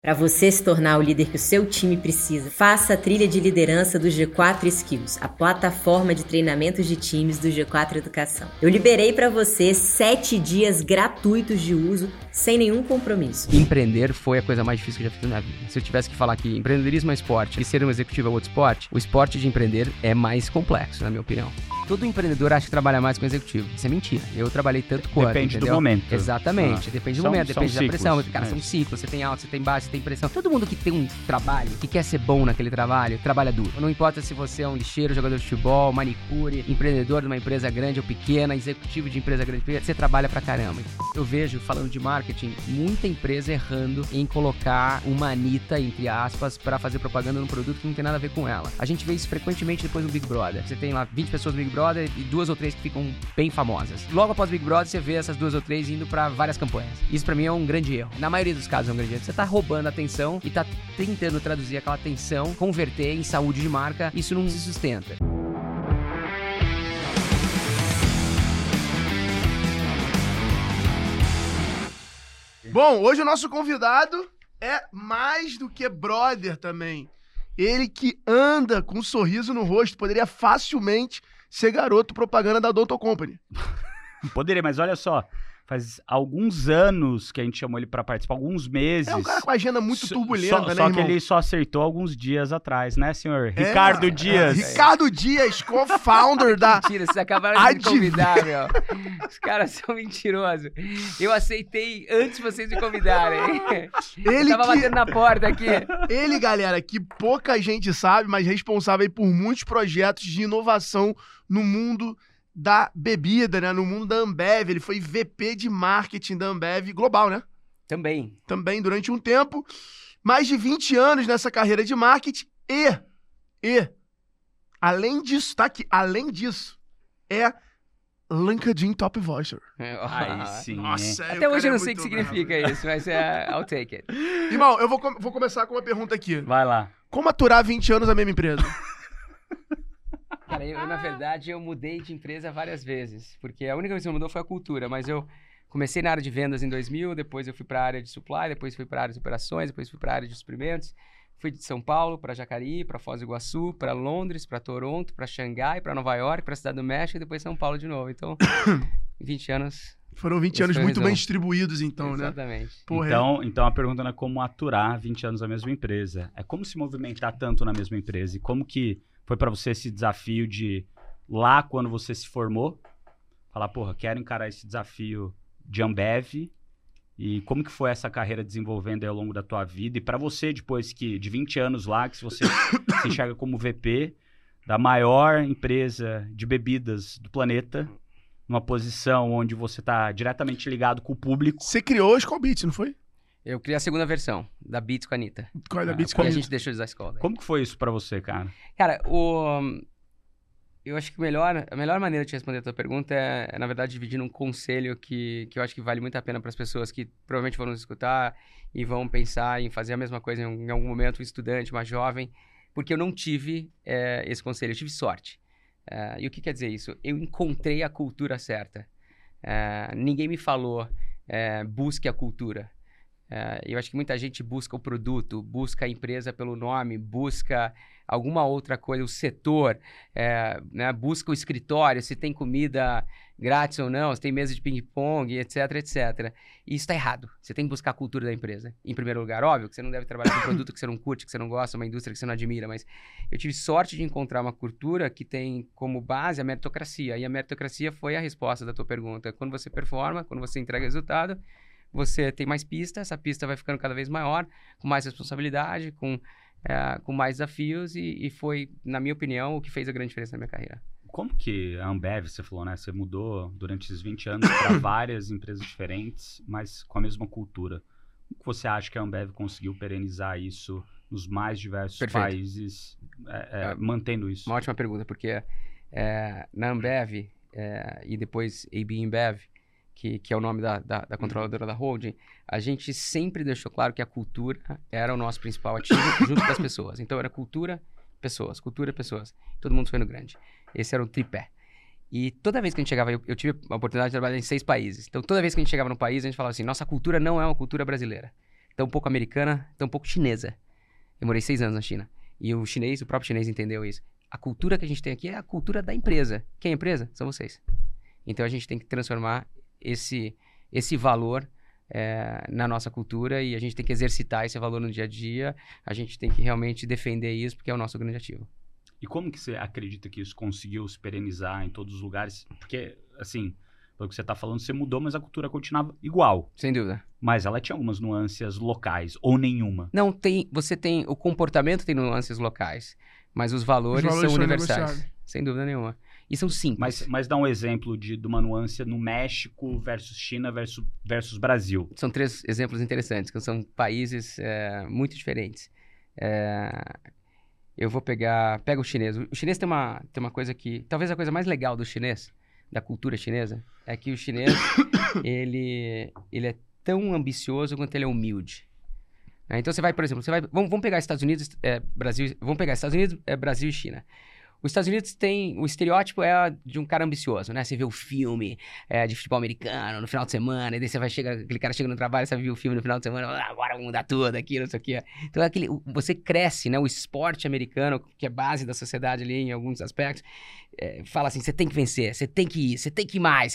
Para você se tornar o líder que o seu time precisa, faça a trilha de liderança do G4 Skills, a plataforma de treinamentos de times do G4 Educação. Eu liberei para você 7 dias gratuitos de uso, sem nenhum compromisso. Empreender foi a coisa mais difícil que eu já fiz na vida. Se eu tivesse que falar que empreendedorismo é esporte e ser um executivo é outro esporte, o esporte de empreender é mais complexo, na minha opinião. Todo empreendedor acha que trabalha mais com executivo. Isso é mentira. Eu trabalhei tanto quanto, Depende entendeu? do momento. Exatamente. Depende do momento, depende da pressão. Cara, São ciclos. Você tem alto, você tem baixo, você tem pressão. Todo mundo que tem um trabalho, que quer ser bom naquele trabalho, trabalha duro. Não importa se você é um lixeiro, jogador de futebol, manicure, empreendedor de uma empresa grande ou pequena, executivo de empresa grande ou pequena, você trabalha pra caramba. Eu vejo, falando de marketing, muita empresa errando em colocar uma Anitta, entre aspas, pra fazer propaganda num produto que não tem nada a ver com ela. A gente vê isso frequentemente depois do Big Brother. Você tem lá 20 pessoas no Big Brother e 2 ou 3 que ficam bem famosas. Logo após o Big Brother, você vê essas 2 ou 3 indo pra várias campanhas. Isso pra mim é um grande erro. Na maioria dos casos é um grande erro. Você tá roubando a atenção e tá tentando traduzir aquela atenção, converter em saúde de marca. Isso não se sustenta. Bom, hoje o nosso convidado é mais do que brother também. Ele que anda com um sorriso no rosto, poderia facilmente ser garoto propaganda da Doutor Company. Poderia, mas olha só, faz alguns anos que a gente chamou ele pra participar, alguns meses. É um cara com a agenda muito turbulenta, né, Só irmão? que ele só acertou alguns dias atrás, né, senhor? Ricardo Dias. Ricardo Dias, co-founder da... Mentira, vocês acabaram de me convidar, meu. Os caras são mentirosos. Eu aceitei antes de vocês me convidarem. Eu tava batendo na porta aqui. Ele, galera, que pouca gente sabe, mas responsável aí por muitos projetos de inovação no mundo da bebida, né? No mundo da Ambev. Ele foi VP de marketing da Ambev global, né? Também Durante um tempo. Mais de 20 anos nessa carreira de marketing e além disso, tá aqui, além disso, é LinkedIn Top Voicer. Aí sim. Nossa, até hoje eu não sei o que significa isso, mas I'll take it. Irmão, eu vou começar com uma pergunta aqui. Vai lá. Como aturar 20 anos a mesma empresa? Cara, na verdade, eu mudei de empresa várias vezes, porque a única coisa que mudou foi a cultura, mas eu comecei na área de vendas em 2000, depois eu fui para a área de supply, depois fui para a área de operações, depois fui para a área de suprimentos, fui de São Paulo para Jacareí, para Foz do Iguaçu, para Londres, para Toronto, para Xangai, para Nova York, para Cidade do México e depois São Paulo de novo. Então, 20 anos... Foram 20 anos muito bem distribuídos, então, exatamente. Né? Porra, então a pergunta não é como aturar 20 anos na mesma empresa, é como se movimentar tanto na mesma empresa e como que foi para você esse desafio de lá quando você se formou, falar, porra, quero encarar esse desafio de Ambev, e como que foi essa carreira desenvolvendo aí ao longo da tua vida, e para você depois de 20 anos lá, que você se enxerga como VP da maior empresa de bebidas do planeta, numa posição onde você está diretamente ligado com o público. Você criou a Skol Beats, não foi? Eu criei a segunda versão, da Beats com a Anitta. Qual é da Beats com a Anitta? Anitta? A gente deixou de usar a Skol. Como que foi isso pra você, cara? Cara, eu acho que a melhor maneira de responder a tua pergunta é, na verdade, dividir num conselho que eu acho que vale muito a pena para as pessoas que provavelmente vão nos escutar e vão pensar em fazer a mesma coisa em algum momento, um estudante, uma jovem, porque eu não tive esse conselho, eu tive sorte. E o que quer dizer isso? Eu encontrei a cultura certa. Ninguém me falou, busque a cultura. Eu acho que muita gente busca o produto, busca a empresa pelo nome, busca alguma outra coisa, o setor, né? Busca o escritório, se tem comida grátis ou não, se tem mesa de ping-pong, etc, etc. E isso está errado. Você tem que buscar a cultura da empresa. Em primeiro lugar, óbvio que você não deve trabalhar com um produto que você não curte, que você não gosta, uma indústria que você não admira, mas eu tive sorte de encontrar uma cultura que tem como base a meritocracia. E a meritocracia foi a resposta da tua pergunta. Quando você performa, quando você entrega resultado, você tem mais pista, essa pista vai ficando cada vez maior, com mais responsabilidade, com mais desafios e foi, na minha opinião, o que fez a grande diferença na minha carreira. Como que a Ambev, você falou, né? Você mudou durante esses 20 anos para várias empresas diferentes, mas com a mesma cultura. Como que você acha que a Ambev conseguiu perenizar isso nos mais diversos países, mantendo isso? Uma ótima pergunta, porque na Ambev e depois AB InBev, que é o nome da controladora da holding, a gente sempre deixou claro que a cultura era o nosso principal ativo junto das pessoas. Então era cultura, pessoas. Todo mundo foi no grande. Esse era o tripé. E toda vez que a gente chegava, eu tive a oportunidade de trabalhar em 6 países. Então toda vez que a gente chegava no país, a gente falava assim, nossa cultura não é uma cultura brasileira. tão pouco americana, tão pouco chinesa. Eu morei 6 anos na China. E o próprio chinês entendeu isso. A cultura que a gente tem aqui é a cultura da empresa. Quem é a empresa? São vocês. Então a gente tem que transformar esse valor na nossa cultura e a gente tem que exercitar esse valor no dia a dia. A gente tem que realmente defender isso porque é o nosso grande ativo. E como que você acredita que isso conseguiu se perenizar em todos os lugares? Porque, assim, pelo que você está falando, você mudou, mas a cultura continuava igual. Sem dúvida. Mas ela tinha algumas nuances locais, ou nenhuma. Não, o comportamento tem nuances locais, mas os valores são universais. negociados. Sem dúvida nenhuma. E são simples. Mas dá um exemplo de uma nuance no México versus China versus Brasil. São 3 exemplos interessantes, que são países muito diferentes. Eu vou pega o chinês. O chinês tem uma coisa que... Talvez a coisa mais legal do chinês, da cultura chinesa, é que o chinês, ele é tão ambicioso quanto ele é humilde. Então você vai, por exemplo, vamos pegar Estados Unidos, Brasil, vamos pegar Estados Unidos, Brasil e China. Os Estados Unidos tem... O estereótipo é de um cara ambicioso, né? Você vê o filme de futebol americano no final de semana, e daí aquele cara chega no trabalho, você viu o filme no final de semana, agora vamos mudar tudo aqui, não sei o quê. Então você cresce, né? O esporte americano, que é base da sociedade ali em alguns aspectos, fala assim, você tem que vencer, você tem que ir, você tem que ir mais,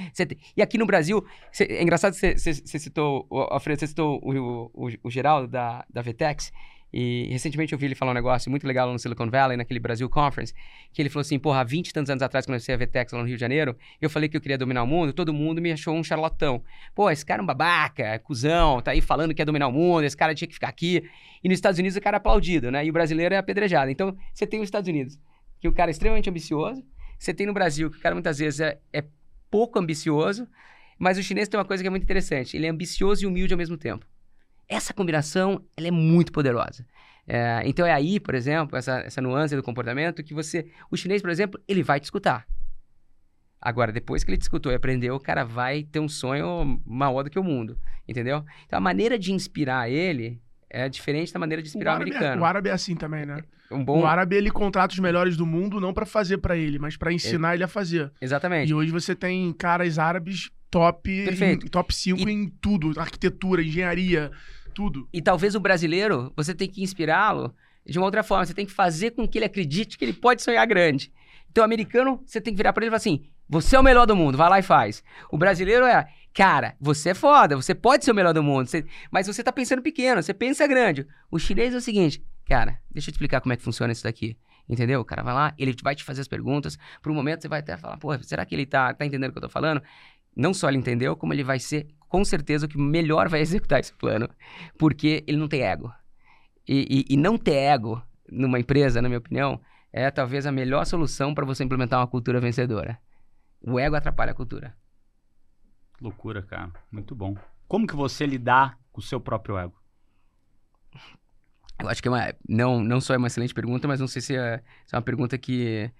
E aqui no Brasil, é engraçado que você citou, Alfredo, você citou o Geraldo da Vetex. E recentemente eu vi ele falar um negócio muito legal lá no Silicon Valley, naquele Brasil Conference, que ele falou assim, porra, há 20 e tantos anos atrás, quando eu comecei a Vetex lá no Rio de Janeiro, eu falei que eu queria dominar o mundo, todo mundo me achou um charlatão. Pô, esse cara é um babaca, é cuzão, tá aí falando que quer dominar o mundo, esse cara tinha que ficar aqui. E nos Estados Unidos o cara é aplaudido, né? E o brasileiro é apedrejado. Então, você tem os Estados Unidos, que o cara é extremamente ambicioso, você tem no Brasil, que o cara muitas vezes é pouco ambicioso, mas o chinês tem uma coisa que é muito interessante, ele é ambicioso e humilde ao mesmo tempo. Essa combinação, ela é muito poderosa. Então é aí, por exemplo, essa nuance do comportamento que o chinês, por exemplo, ele vai te escutar. Agora, depois que ele te escutou e aprendeu, o cara vai ter um sonho maior do que o mundo, entendeu? Então a maneira de inspirar ele é diferente da maneira de inspirar o americano. O árabe é assim também, né? O árabe, ele contrata os melhores do mundo, não pra fazer pra ele, mas pra ensinar ele a fazer. Exatamente. E hoje você tem caras árabes top 5 em tudo, arquitetura, engenharia, tudo. E talvez o brasileiro, você tem que inspirá-lo de uma outra forma. Você tem que fazer com que ele acredite que ele pode sonhar grande. Então, o americano, você tem que virar pra ele e falar assim, você é o melhor do mundo, vai lá e faz. O brasileiro cara, você é foda, você pode ser o melhor do mundo, mas você tá pensando pequeno, você pensa grande. O chinês é o seguinte, cara, deixa eu te explicar como é que funciona isso daqui. Entendeu? O cara vai lá, ele vai te fazer as perguntas, por um momento você vai até falar, pô, será que ele tá entendendo o que eu tô falando? Não só ele entendeu, como ele vai ser, com certeza, o que melhor vai executar esse plano. Porque ele não tem ego. E não ter ego numa empresa, na minha opinião, é talvez a melhor solução para você implementar uma cultura vencedora. O ego atrapalha a cultura. Loucura, cara. Muito bom. Como que você lidar com o seu próprio ego? Eu acho que não só é uma excelente pergunta, mas não sei se é uma pergunta que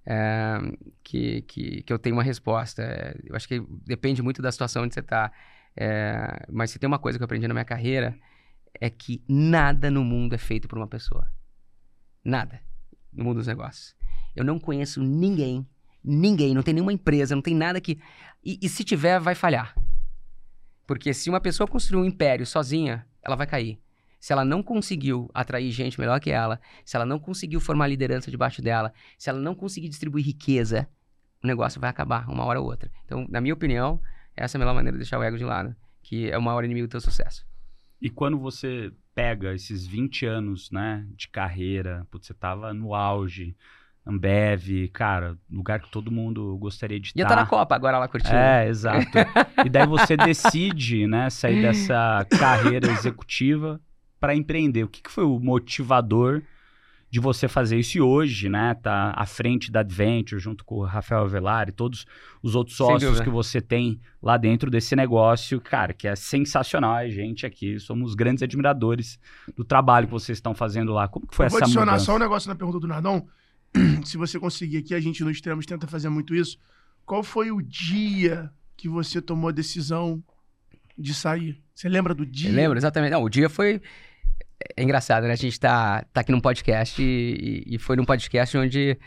eu tenho uma resposta. Eu acho que depende muito da situação onde você está. Mas se tem uma coisa que eu aprendi na minha carreira, é que nada no mundo é feito por uma pessoa. Nada no mundo dos negócios. Eu não conheço ninguém, não tem nenhuma empresa, não tem nada que... E se tiver, vai falhar. Porque se uma pessoa construir um império sozinha, ela vai cair. Se ela não conseguiu atrair gente melhor que ela, se ela não conseguiu formar liderança debaixo dela, se ela não conseguir distribuir riqueza, o negócio vai acabar uma hora ou outra. Então, na minha opinião, essa é a melhor maneira de deixar o ego de lado, que é o maior inimigo do teu sucesso. E quando você pega esses 20 anos, né, de carreira, você tava no auge, Ambev, cara, lugar que todo mundo gostaria de estar. Ia estar na Copa agora lá curtindo. Exato. E daí você decide, né, sair dessa carreira executiva para empreender. O que foi o motivador de você fazer isso? E hoje, né, tá à frente da Adventure, junto com o Rafael Avelar e todos os outros sócios que você tem lá dentro desse negócio, cara, que é sensacional. A gente aqui somos grandes admiradores do trabalho que vocês estão fazendo lá. Como que foi essa mudança? Vou adicionar só um negócio na pergunta do Nardão. Se você conseguir aqui, a gente no Extremos tenta fazer muito isso. Qual foi o dia que você tomou a decisão de sair? Você lembra do dia? Eu lembro, exatamente. Não, o dia foi... É engraçado, né? A gente tá aqui num podcast e foi num podcast onde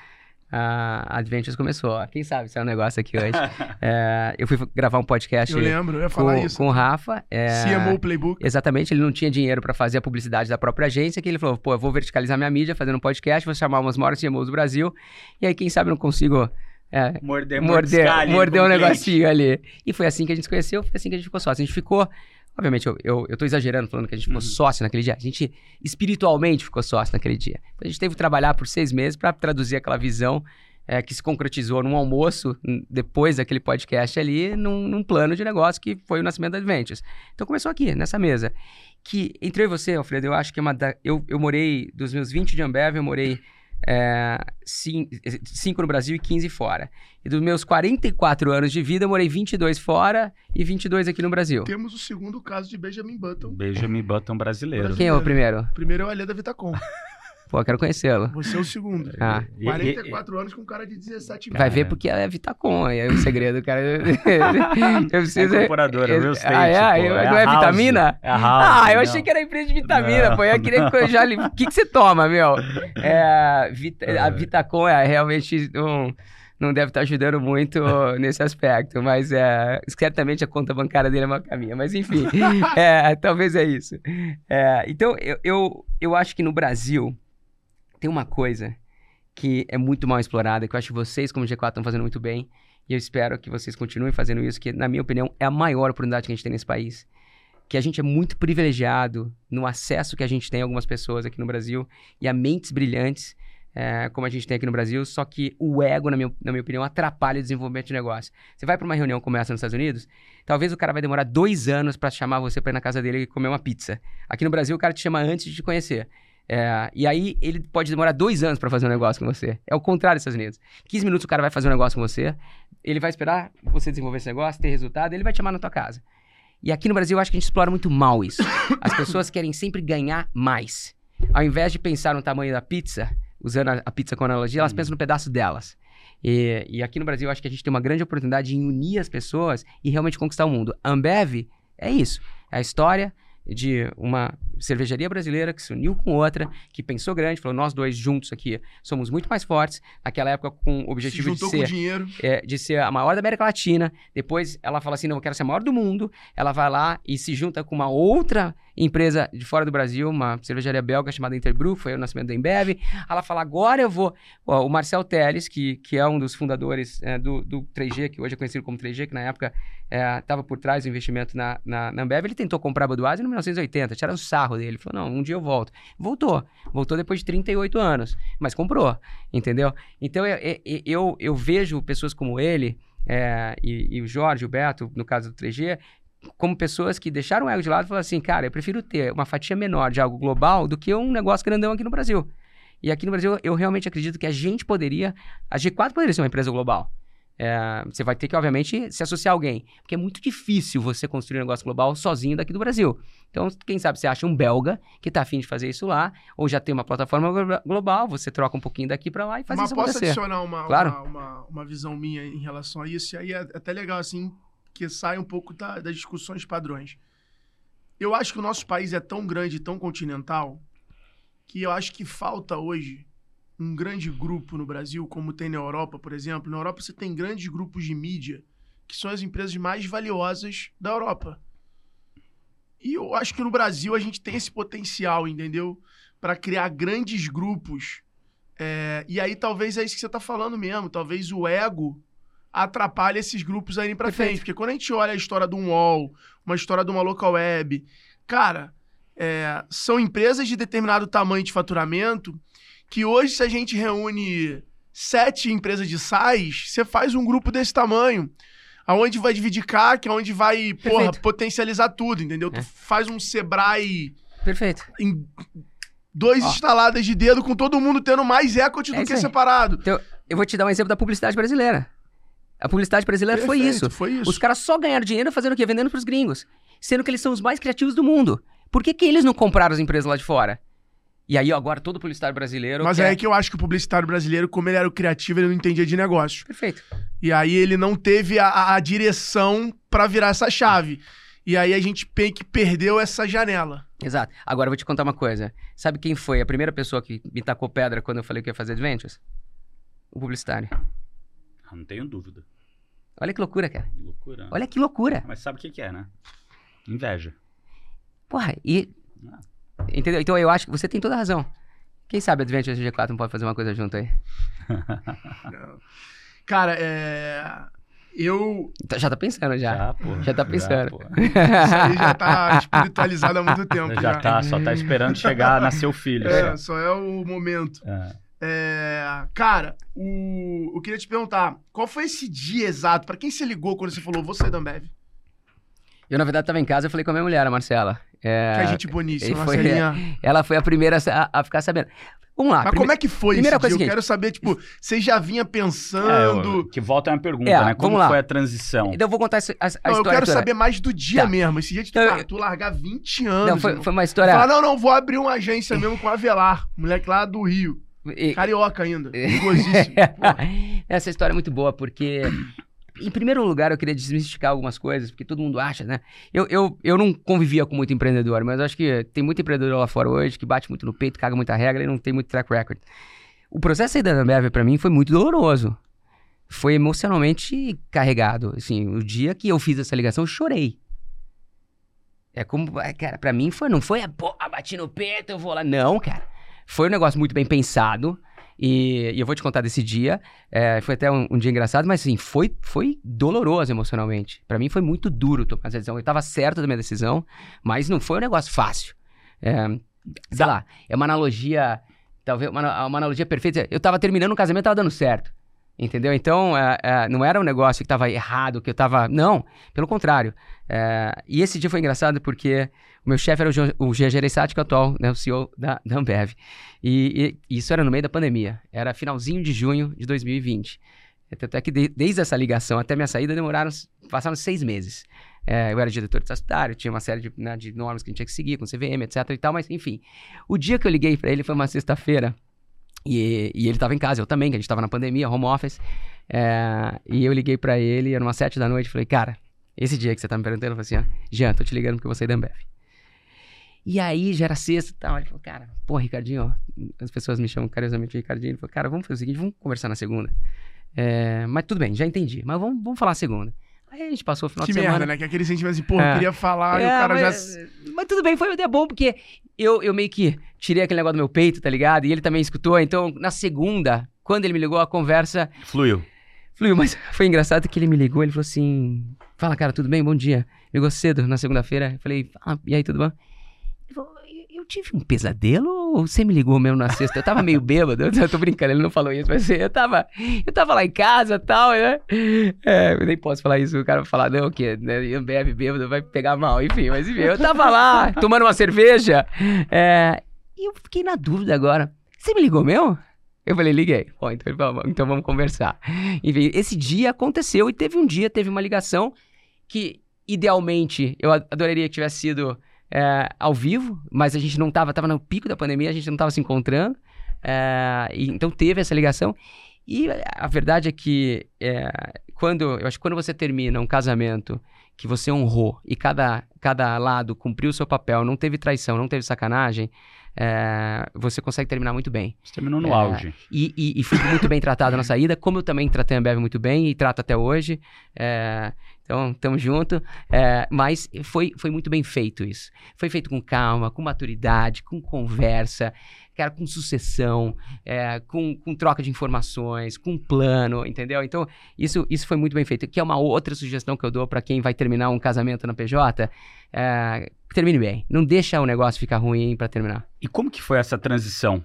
a Adventures começou. Quem sabe se é um negócio aqui hoje. Eu fui gravar um podcast Eu lembro, eu ia falar isso. com o Rafa. CMO Playbook. Exatamente, ele não tinha dinheiro para fazer a publicidade da própria agência, que ele falou, pô, eu vou verticalizar minha mídia fazendo um podcast, vou chamar umas maiores CMOs do Brasil, e aí quem sabe eu não consigo morder um negocinho ali. E foi assim que a gente se conheceu, foi assim que a gente ficou sócio. A gente ficou... Obviamente, eu tô exagerando falando que a gente ficou sócio naquele dia. A gente espiritualmente ficou sócio naquele dia. A gente teve que trabalhar por 6 meses para traduzir aquela visão que se concretizou num almoço, depois daquele podcast ali, num plano de negócio que foi o nascimento da Adventures. Então começou aqui, nessa mesa. Que entre eu e você, Alfredo, eu acho que eu morei, dos meus 20 de Ambev, eu morei 5 no Brasil e 15 fora. E dos meus 44 anos de vida, eu morei 22 fora e 22 aqui no Brasil. Temos o segundo caso de Benjamin Button. Benjamin Button brasileiro. Quem é o primeiro? O primeiro é o Alê da Vitacom. Pô, eu quero conhecê-lo. Você é o segundo. 44 anos com um cara de 17 anos. Vai ver porque é Vitacom, aí é o segredo, cara. Eu preciso... É incorporadora, real estate, não é vitamina? É a House. Eu achei que era empresa de vitamina, pô. Eu queria que eu já... O que você toma, meu? A Vitacom realmente não deve estar ajudando muito nesse aspecto, mas certamente a conta bancária dele é maior que a minha. Mas enfim, talvez é isso. Então, eu acho que no Brasil tem uma coisa que é muito mal explorada, que eu acho que vocês, como G4, estão fazendo muito bem, e eu espero que vocês continuem fazendo isso, que, na minha opinião, é a maior oportunidade que a gente tem nesse país. Que a gente é muito privilegiado no acesso que a gente tem a algumas pessoas aqui no Brasil, e a mentes brilhantes, como a gente tem aqui no Brasil, só que o ego, na minha opinião, atrapalha o desenvolvimento de negócio. Você vai para uma reunião como essa nos Estados Unidos, talvez o cara vai demorar 2 anos para chamar você para ir na casa dele e comer uma pizza. Aqui no Brasil, o cara te chama antes de te conhecer. E aí, ele pode demorar 2 anos para fazer um negócio com você. É o contrário dos Estados Unidos. 15 minutos o cara vai fazer um negócio com você, ele vai esperar você desenvolver esse negócio, ter resultado, ele vai te chamar na tua casa. E aqui no Brasil, eu acho que a gente explora muito mal isso. As pessoas querem sempre ganhar mais. Ao invés de pensar no tamanho da pizza, usando a pizza como analogia, elas pensam no pedaço delas. E aqui no Brasil, eu acho que a gente tem uma grande oportunidade em unir as pessoas e realmente conquistar o mundo. A Ambev é isso. É a história de uma cervejaria brasileira que se uniu com outra, que pensou grande, falou, nós dois juntos aqui somos muito mais fortes. Naquela época, com o objetivo de ser a maior da América Latina. Depois, ela fala assim, não, eu quero ser a maior do mundo. Ela vai lá e se junta com uma outra empresa de fora do Brasil, uma cervejaria belga chamada Interbrew, foi o nascimento da Ambev. Ela fala, agora eu vou... o Marcel Teles, que é um dos fundadores do 3G, que hoje é conhecido como 3G, que na época estava por trás do investimento na Ambev, ele tentou comprar a Budweiser em 1980, tiraram o sarro dele. Ele falou, não, um dia eu volto. Voltou depois de 38 anos, mas comprou, entendeu? Então, eu vejo pessoas como ele, e o Jorge, o Beto, no caso do 3G, como pessoas que deixaram o ego de lado e falaram assim, cara, eu prefiro ter uma fatia menor de algo global do que um negócio grandão aqui no Brasil. E aqui no Brasil, eu realmente acredito que a G4 poderia ser uma empresa global. Você vai ter que, obviamente, se associar a alguém. Porque é muito difícil você construir um negócio global sozinho daqui do Brasil. Então, quem sabe você acha um belga que está afim de fazer isso lá, ou já tem uma plataforma global, você troca um pouquinho daqui para lá e faz isso acontecer. Mas posso adicionar uma visão minha em relação a isso? E aí é até legal, assim, que sai um pouco das discussões padrões. Eu acho que o nosso país é tão grande e tão continental que eu acho que falta hoje um grande grupo no Brasil, como tem na Europa, por exemplo. Na Europa você tem grandes grupos de mídia, que são as empresas mais valiosas da Europa. E eu acho que no Brasil a gente tem esse potencial, entendeu? Para criar grandes grupos. E aí talvez é isso que você está falando mesmo. Talvez o ego atrapalhe esses grupos a irem para frente. Porque quando a gente olha a história de um UOL, uma história de uma local web, cara, são empresas de determinado tamanho de faturamento que hoje, se a gente reúne 7 empresas de SaaS, você faz um grupo desse tamanho, aonde vai dividir CAC, aonde vai, potencializar tudo, entendeu? Tu faz um Sebrae... Perfeito. Em 2 instaladas de dedo, com todo mundo tendo mais equity do que separado. Então, eu vou te dar um exemplo da publicidade brasileira. A publicidade brasileira foi isso. Os caras só ganharam dinheiro fazendo o quê? Vendendo pros gringos. Sendo que eles são os mais criativos do mundo. Por que eles não compraram as empresas lá de fora? E aí, agora, todo publicitário brasileiro... Mas é que eu acho que o publicitário brasileiro, como ele era o criativo, ele não entendia de negócio. Perfeito. E aí, ele não teve a direção pra virar essa chave. E aí, a gente que perdeu essa janela. Exato. Agora, eu vou te contar uma coisa. Sabe quem foi a primeira pessoa que me tacou pedra quando eu falei que ia fazer Adventures? o publicitário. Não tenho dúvida. Olha que loucura, cara. Loucura. Olha que loucura. Mas sabe o que é, né? Inveja. Porra, e... Entendeu? Então eu acho que você tem toda a razão. Quem sabe a Adventures G4 não pode fazer uma coisa junto aí? Cara, eu... Já tá pensando, já. Pô. Já tá pensando. Pô. Isso aí já tá espiritualizado há muito tempo. Já tá, só tá esperando chegar, nascer o filho. Só é o momento. É. Cara, eu queria te perguntar, qual foi esse dia exato? Pra quem você ligou quando você falou, vou sair da Ambev? Eu, na verdade, tava em casa, eu falei com a minha mulher, a Marcela. Que a gente boníssima, foi, Marcelinha. Ela foi a primeira a ficar sabendo. Vamos lá. Mas como é que foi esse primeira dia? coisa Eu quero saber, tipo, você já vinha pensando... Que volta é uma pergunta, né? Como vamos lá. foi a transição? Então eu vou contar a Não, história eu quero toda. saber mais do dia mesmo. Esse dia de Então, tu largar 20 anos. Não, foi uma história... Falar, não, vou abrir uma agência mesmo com a Avelar, moleque lá do Rio. Carioca ainda. Perigosíssimo. Essa história é muito boa, porque... Em primeiro lugar, eu queria desmistificar algumas coisas, porque todo mundo acha, né? Eu não convivia com muito empreendedor, mas acho que tem muito empreendedor lá fora hoje que bate muito no peito, caga muita regra e não tem muito track record. O processo aí da Ambev, pra mim, foi muito doloroso. Foi emocionalmente carregado. Assim, o dia que eu fiz essa ligação, eu chorei. É como, cara, pra mim não foi, bati no peito, eu vou lá. Não, cara. Foi um negócio muito bem pensado. E eu vou te contar desse dia. Foi até um dia engraçado, mas assim, foi doloroso emocionalmente. Pra mim foi muito duro tomar essa decisão. Eu tava certo da minha decisão, mas não foi um negócio fácil. Sei lá, é uma analogia, talvez uma analogia perfeita. Eu tava terminando um casamento, tava dando certo. Entendeu? Então, não era um negócio que tava errado, que eu tava... Não, pelo contrário. E esse dia foi engraçado porque o meu chefe era o Jean Gereissati, atual, né, o CEO da Ambev. E isso era no meio da pandemia. Era finalzinho de junho de 2020. Até que desde essa ligação até minha saída passaram 6 meses. Eu era diretor de estatutário, tinha uma série de normas que a gente tinha que seguir, com CVM, etc e tal, mas enfim. O dia que eu liguei pra ele foi uma sexta-feira. E ele tava em casa, eu também, que a gente tava na pandemia, home office. E eu liguei pra ele, era umas 7 da noite, falei, cara, esse dia que você tá me perguntando, eu falei assim, Jean, tô te ligando porque eu vou sair da Ambev. E aí, já era sexta e tal, ele falou, cara, pô, Ricardinho, as pessoas me chamam carinhosamente de Ricardinho, ele falou, cara, vamos fazer o seguinte, vamos conversar na segunda. Mas tudo bem, já entendi, mas vamos falar segunda. Aí a gente passou o final de semana. Que merda, né? Que aquele sentimento assim, pô, eu queria falar e o cara Mas tudo bem, foi até bom, porque eu meio que tirei aquele negócio do meu peito, tá ligado? E ele também escutou, então na segunda, quando ele me ligou, a conversa... Fluiu, mas foi engraçado que ele me ligou, ele falou assim, fala cara, tudo bem? Bom dia. Ligou cedo, na segunda-feira, eu falei, e aí, tudo bom? Ele falou, eu tive um pesadelo ou você me ligou mesmo na sexta? Eu tava meio bêbado, eu tô brincando, ele não falou isso, mas eu tava lá em casa e tal, né? Eu nem posso falar isso, o cara vai falar, não, que né, bebe bêbado, vai pegar mal, enfim, eu tava lá, tomando uma cerveja, e eu fiquei na dúvida agora, você me ligou mesmo? Eu falei, liguei. Bom, então vamos conversar. Enfim, esse dia aconteceu e teve uma ligação que, idealmente, eu adoraria que tivesse sido ao vivo, mas a gente não tava no pico da pandemia, a gente não tava se encontrando. Então teve essa ligação. E a verdade é que eu acho que quando você termina um casamento que você honrou e cada lado cumpriu o seu papel, não teve traição, não teve sacanagem, você consegue terminar muito bem. Você terminou no auge. E fui muito bem tratado na saída, como eu também tratei a Ambev muito bem e trato até hoje. Então, tamo junto. Mas foi muito bem feito isso. Foi feito com calma, com maturidade, com conversa, cara, com sucessão, com troca de informações, com plano, entendeu? Então, isso foi muito bem feito. Que é uma outra sugestão que eu dou para quem vai terminar um casamento na PJ, termine bem. Não deixa o negócio ficar ruim para terminar. E como que foi essa transição?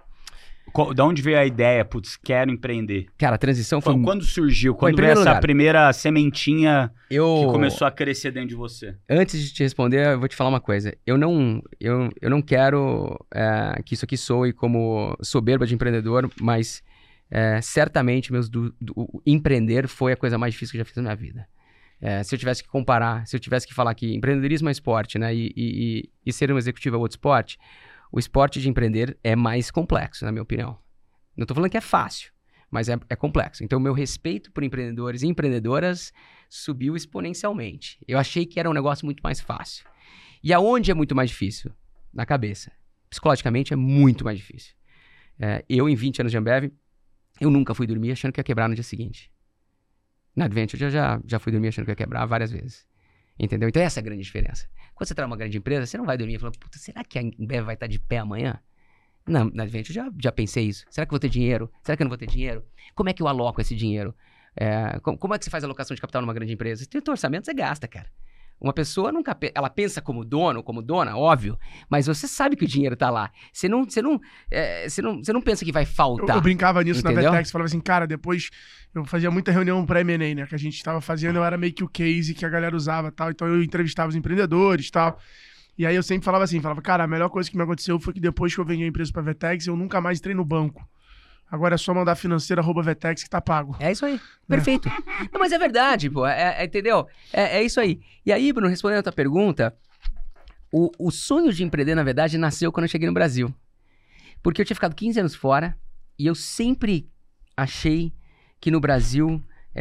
Da onde veio a ideia? Putz, quero empreender. Cara, a transição foi... Quando surgiu? Quando veio essa primeira sementinha que começou a crescer dentro de você? Antes de te responder, eu vou te falar uma coisa. Eu não quero que isso aqui soe como soberba de empreendedor, mas certamente empreender foi a coisa mais difícil que eu já fiz na minha vida. Se eu tivesse que comparar, se eu tivesse que falar que empreendedorismo é esporte, né, e ser um executivo é outro esporte, o esporte de empreender é mais complexo, na minha opinião. Não estou falando que é fácil, mas é complexo. Então, o meu respeito por empreendedores e empreendedoras subiu exponencialmente. Eu achei que era um negócio muito mais fácil. E aonde é muito mais difícil? Na cabeça. Psicologicamente é muito mais difícil. Eu, em 20 anos de Ambev, eu nunca fui dormir achando que ia quebrar no dia seguinte. Na Adventure eu já fui dormir achando que ia quebrar várias vezes. Entendeu? Então essa é a grande diferença. Quando você trabalha numa grande empresa, você não vai dormir falando, puta, será que a Ambev vai estar de pé amanhã? Não, na Adventure eu já pensei isso. Será que eu vou ter dinheiro? Será que eu não vou ter dinheiro? Como é que eu aloco esse dinheiro? Como é que você faz a alocação de capital numa grande empresa? Você tem o orçamento, você gasta, cara. Uma pessoa nunca... Ela pensa como dono, como dona, óbvio, mas você sabe que o dinheiro tá lá. Você não pensa que vai faltar. Eu brincava nisso, entendeu? Na Vetex, falava assim, cara, depois eu fazia muita reunião pra M&A, né, que a gente tava fazendo, eu era meio que o case que a galera usava e tal, então eu entrevistava os empreendedores e tal. E aí eu sempre falava assim, cara, a melhor coisa que me aconteceu foi que depois que eu vendi a empresa pra Vetex, eu nunca mais entrei no banco. Agora é só mandar financeira@vetex que tá pago. É isso aí. Perfeito. Não, mas é verdade, pô. Entendeu? É isso aí. E aí, Bruno, respondendo a tua pergunta, o sonho de empreender, na verdade, nasceu quando eu cheguei no Brasil. Porque eu tinha ficado 15 anos fora e eu sempre achei que no Brasil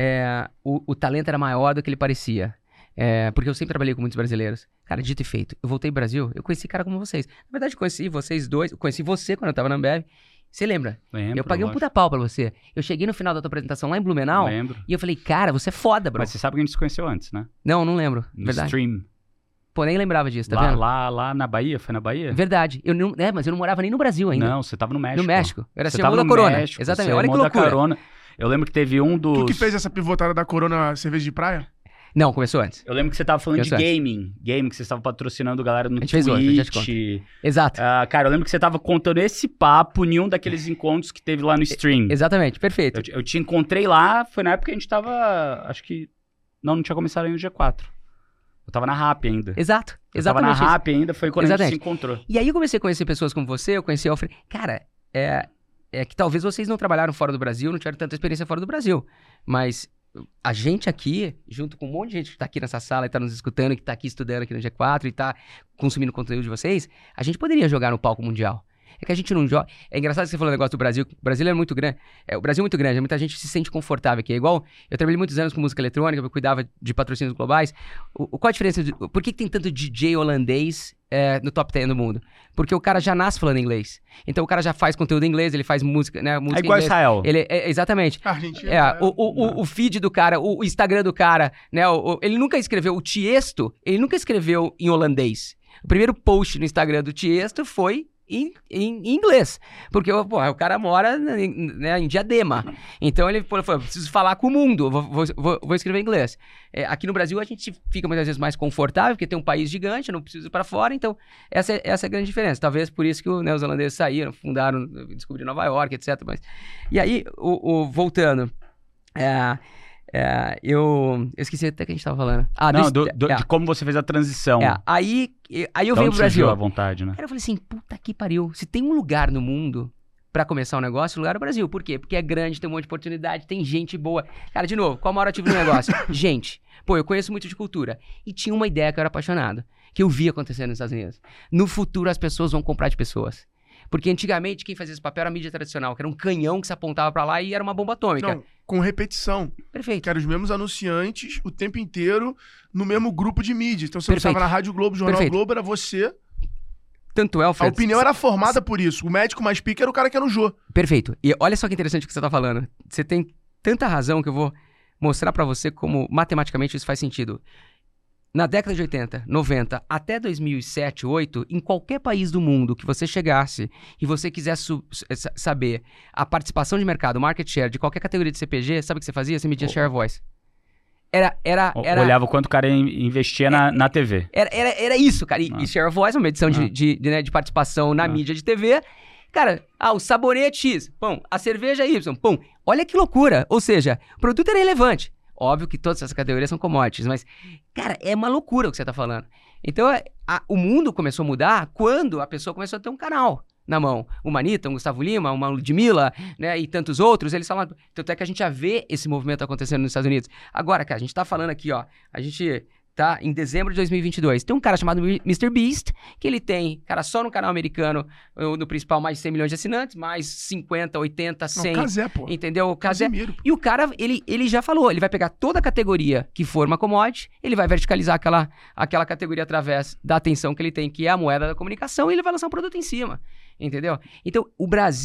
o talento era maior do que ele parecia. Porque eu sempre trabalhei com muitos brasileiros. Cara, dito e feito. Eu voltei ao Brasil, eu conheci cara como vocês. Na verdade, eu conheci vocês dois. Eu conheci você quando eu tava na Ambev. Você lembra? Lembro, eu paguei um lógico. puta pau pra você. Eu cheguei no final da tua apresentação lá em Blumenau. Lembro. E eu falei, cara, você é foda, bro. Mas você sabe que a gente se conheceu antes, né? Não lembro. No Verdade. stream. Pô, nem lembrava disso, tá lá, vendo? Lá na Bahia? Foi na Bahia? Verdade. Mas eu não morava nem no Brasil ainda. Não, você tava no México. No México. Eu era Você CEO tava da no Corona. México, Exatamente. você Olha que irmão da loucura. Corona. Eu lembro que teve um dos... Tu que fez essa pivotada da Corona cerveja de praia? Não, começou antes. Eu lembro que você tava falando de Começou antes. game, que você estava patrocinando galera no A gente fez outro, já te Twitch. Exato. Cara, eu lembro que você tava contando esse papo em um daqueles encontros que teve lá no stream. Exatamente, perfeito. Eu te encontrei lá, foi na época que a gente tava, acho que... Não tinha começado ainda o G4. Eu tava na RAP ainda. Exato. Eu tava na Exatamente isso. RAP ainda, foi quando a gente Exatamente. se encontrou. E aí eu comecei a conhecer pessoas como você, eu conheci o Alfredo. Cara, é que talvez vocês não trabalharam fora do Brasil, não tiveram tanta experiência fora do Brasil. Mas a gente aqui, junto com um monte de gente que tá aqui nessa sala e tá nos escutando, que tá aqui estudando aqui no G4 e tá consumindo conteúdo de vocês, a gente poderia jogar no palco mundial. É que a gente não joga... É engraçado que você falou o negócio do Brasil. O Brasil é muito grande. O Brasil é muito grande. Muita gente se sente confortável aqui. É igual... Eu trabalhei muitos anos com música eletrônica, eu cuidava de patrocínios globais. Qual a diferença? Por que tem tanto DJ holandês no top 10 do mundo? Porque o cara já nasce falando inglês. Então o cara já faz conteúdo em inglês, ele faz música, né? Música É igual em inglês. Israel. Exatamente. Argentina. O feed do cara, o Instagram do cara, né? Ele nunca escreveu... O Tiesto, ele nunca escreveu em holandês. O primeiro post no Instagram do Tiesto foi... Em inglês, porque o cara mora em Diadema, então ele falou, preciso falar com o mundo, vou escrever em inglês. Aqui no Brasil a gente fica muitas vezes mais confortável, porque tem um país gigante, eu não preciso ir para fora, então essa é a grande diferença, talvez por isso que os holandeses saíram, fundaram, descobriram Nova York, etc. E aí, voltando, eu esqueci até que a gente tava falando. De como você fez a transição. Aí eu venho pro Brasil. À vontade, né? Cara, eu falei assim, puta que pariu. Se tem um lugar no mundo pra começar um negócio, o lugar é o Brasil. Por quê? Porque é grande, tem um monte de oportunidade, tem gente boa. Cara, de novo, qual o maior ativo do negócio? Gente. Pô, eu conheço muito de cultura. E tinha uma ideia que eu era apaixonado, que eu via acontecendo nos Estados Unidos. No futuro, as pessoas vão comprar de pessoas. Porque antigamente, quem fazia esse papel era a mídia tradicional, que era um canhão que se apontava pra lá e era uma bomba atômica. Não, com repetição. Perfeito. Que eram os mesmos anunciantes o tempo inteiro no mesmo grupo de mídia. Então, você estava na Rádio Globo, Jornal Globo, era você. Tanto é, Alfredo. A opinião era formada por isso. O médico mais pica era o cara que era no Jô. Perfeito. E olha só que interessante o que você tá falando. Você tem tanta razão que eu vou mostrar pra você como matematicamente isso faz sentido. Na década de 80, 90, até 2007, 2008, em qualquer país do mundo que você chegasse e você quisesse saber a participação de mercado, market share, de qualquer categoria de CPG, sabe o que você fazia? Você media share voice. Olhava quanto o cara investia na TV. Era isso, cara. E share voice é uma medição de participação na mídia de TV. Cara, o sabonete X, pum, a cerveja Y, pum. Olha que loucura. Ou seja, o produto era relevante. Óbvio que todas essas categorias são commodities, mas, cara, é uma loucura o que você tá falando. Então, o mundo começou a mudar quando a pessoa começou a ter um canal na mão. Uma Anitta, um Gustavo Lima, uma Ludmilla, né, e tantos outros, eles falam... Tanto é que a gente já vê esse movimento acontecendo nos Estados Unidos. Agora, cara, a gente tá falando aqui, ó, a gente... Tá? Em dezembro de 2022. Tem um cara chamado Mr. Beast, que ele tem, cara, só no canal americano, no principal, mais de 100 milhões de assinantes, mais 50, 80, 100. Não, Cazé, pô. Entendeu? O Cazé. Casimiro, E o cara, ele já falou, ele vai pegar toda a categoria que for uma commodity, ele vai verticalizar aquela categoria através da atenção que ele tem, que é a moeda da comunicação, e ele vai lançar um produto em cima. Entendeu? Então, o Brasil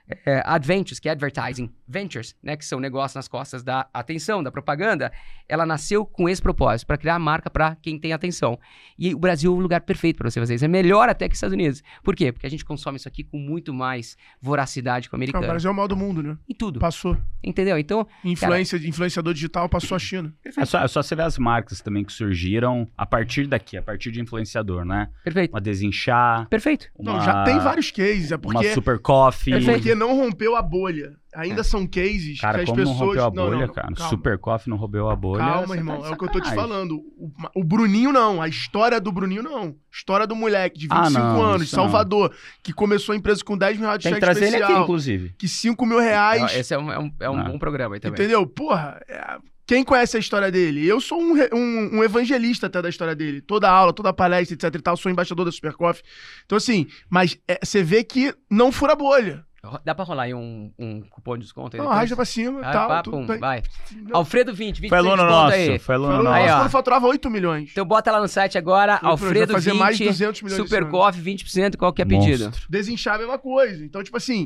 Adventures, que é Advertising Ventures, né, que são negócios nas costas da atenção, da propaganda, ela nasceu com esse propósito, para criar marca para quem tem atenção. E o Brasil é o lugar perfeito para você fazer isso. É melhor até que os Estados Unidos. Por quê? Porque a gente consome isso aqui com muito mais voracidade que o americano. O Brasil é o mal do mundo, né? Em tudo. Passou. Entendeu? Então, Influenciador digital passou a China. É só você ver as marcas também que surgiram a partir daqui, a partir de influenciador, né? perfeito. Uma Desinchar, Perfeito. Não, já tem vários cases. É uma porque, Super Coffee. porque não rompeu a bolha. Ainda são cases Cara, que as como pessoas... não rompeu a bolha, não, cara? calma. Super Coffee não rompeu a bolha. Calma, você irmão. tá de É o que eu tô te sacanagem. falando. O Bruninho não. A história do Bruninho não. História do moleque de 25 não, anos, isso não. Salvador, que começou a empresa com 10 mil reais de Tem que cheque trazer ele especial. aqui, inclusive. Que 5 mil reais... Esse é um bom programa aí também. Entendeu? Porra, quem conhece a história dele? Eu sou um evangelista até da história dele. Toda aula, toda palestra, etc e tal, sou embaixador da Super Coffee. Então, assim, mas você vê que não fura bolha. Dá pra rolar aí um cupom de desconto aí? Não, depois? arrasta pra cima e tal. Pá, tudo pum, bem. vai. Não, Alfredo 20 Foi aluno desconto nosso. aí. Foi aluno falou, nosso. Aí, ó. quando faturava 8 milhões. Então bota lá no site agora, Vai Alfredo fazer 20, mais de 200 milhões Super esse ano. Coffee, 20%, qual que é pedido? Monstro. Desinchar a mesma coisa. Então, tipo assim,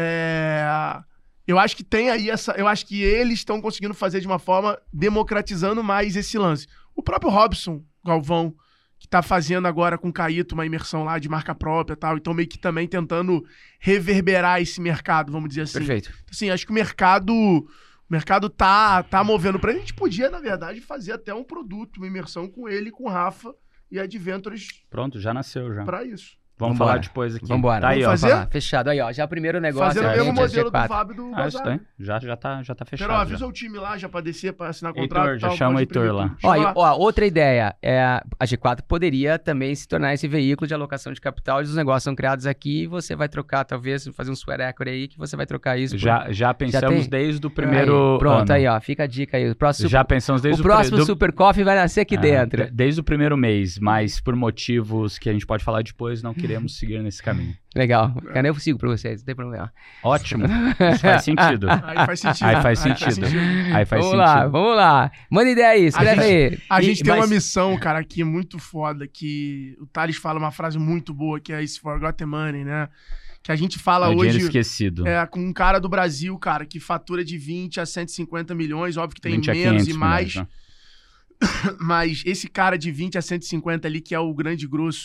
eu acho que tem aí essa... Eu acho que eles estão conseguindo fazer de uma forma democratizando mais esse lance. O próprio Robson Galvão, que tá fazendo agora com o Caíto uma imersão lá de marca própria e tal, então meio que também tentando reverberar esse mercado, vamos dizer assim. Perfeito. Assim, acho que o mercado tá movendo pra ele. A gente podia, na verdade, fazer até um produto, uma imersão com ele, com o Rafa e a Adventures Pronto, já nasceu já. pra isso. Vamos Vambora. falar depois aqui. Vambora. Tá aí, Vamos ó. fazer? Falar. Fechado. Aí, ó. Já o primeiro negócio Fazendo o é mesmo a modelo do G4. Fábio do Ah, isso Bazar. daí. Já tá fechado. Pero, já. avisa o time lá já pra descer, pra assinar contrato Heitor, e já tal. chama o pode Heitor imprimir lá. tudo. Ó, Chama e, ó, outra ideia, a G4 poderia também se tornar esse veículo de alocação de capital, os negócios são criados aqui e você vai trocar, talvez, fazer um sweat equity aí, que você vai trocar isso. Já pensamos tem? desde o Aí, primeiro pronto, ano. aí, ó, fica a dica aí. O próximo, Já pensamos desde o próximo Super Coffee vai nascer aqui dentro. Desde o primeiro mês, mas por motivos que a gente pode falar depois, não queremos seguir nesse caminho. Legal. Cara, eu sigo pra vocês, não tem problema. Ótimo. Isso faz sentido. Aí faz sentido. Aí faz sentido. Aí faz Vamos lá, sentido. vamos lá. Manda ideia aí, escreve aí. A gente tem mas- uma missão, cara, aqui muito foda, que o Thales fala uma frase muito boa, que é esse Forgotten Money, né? Que a gente fala É o dinheiro hoje esquecido. com um cara do Brasil, cara, que fatura de 20 a 150 milhões, óbvio que tem 20 a menos 500 e mais, milhões, né? mas esse cara de 20 a 150 ali, que é o grande grosso,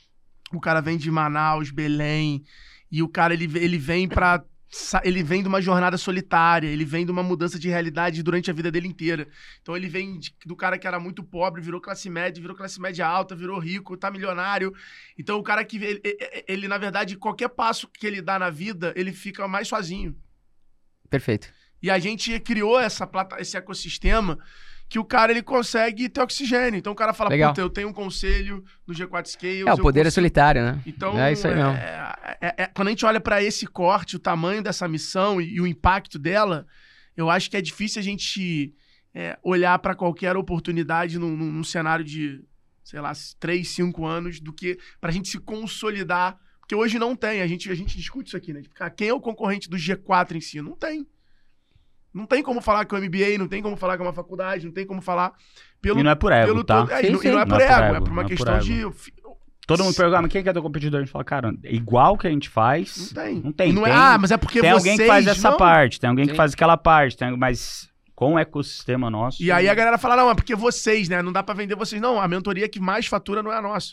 o cara vem de Manaus, Belém, e o cara, ele vem pra... Ele vem de uma jornada solitária, ele vem de uma mudança de realidade durante a vida dele inteira. Então ele vem do cara que era muito pobre, virou classe média alta, virou rico, tá milionário. Então o cara que, ele na verdade, qualquer passo que ele dá na vida, ele fica mais sozinho. Perfeito. E a gente criou esse ecossistema que o cara, ele consegue ter oxigênio. Então o cara fala, Legal. puta, eu tenho um conselho no G4 Scales. O poder é consigo... solitário, né? Então, É isso aí mesmo. quando a gente olha pra esse corte, o tamanho dessa missão e o impacto dela, eu acho que é difícil a gente olhar pra qualquer oportunidade num cenário de, sei lá, 3, 5 anos, do que pra gente se consolidar. Porque hoje não tem, a gente discute isso aqui, né? Tipo, cara, quem é o concorrente do G4 em si? Não tem. Não tem como falar que é o MBA, não tem como falar que é uma faculdade, não tem como falar pelo... E não é por ego, tá? E Sim, não é sim. por ego, é por uma não é por questão ego. de... Todo mundo pergunta, mas quem que é teu competidor? A gente fala, cara, é igual que a gente faz. Não tem. Não tem. Não tem, mas é porque tem vocês alguém que faz essa não... parte, tem alguém Sim. que faz aquela parte, mas com o ecossistema nosso... E aí a galera fala, não, é porque vocês, né? Não dá pra vender vocês. Não, a mentoria que mais fatura não é a nossa.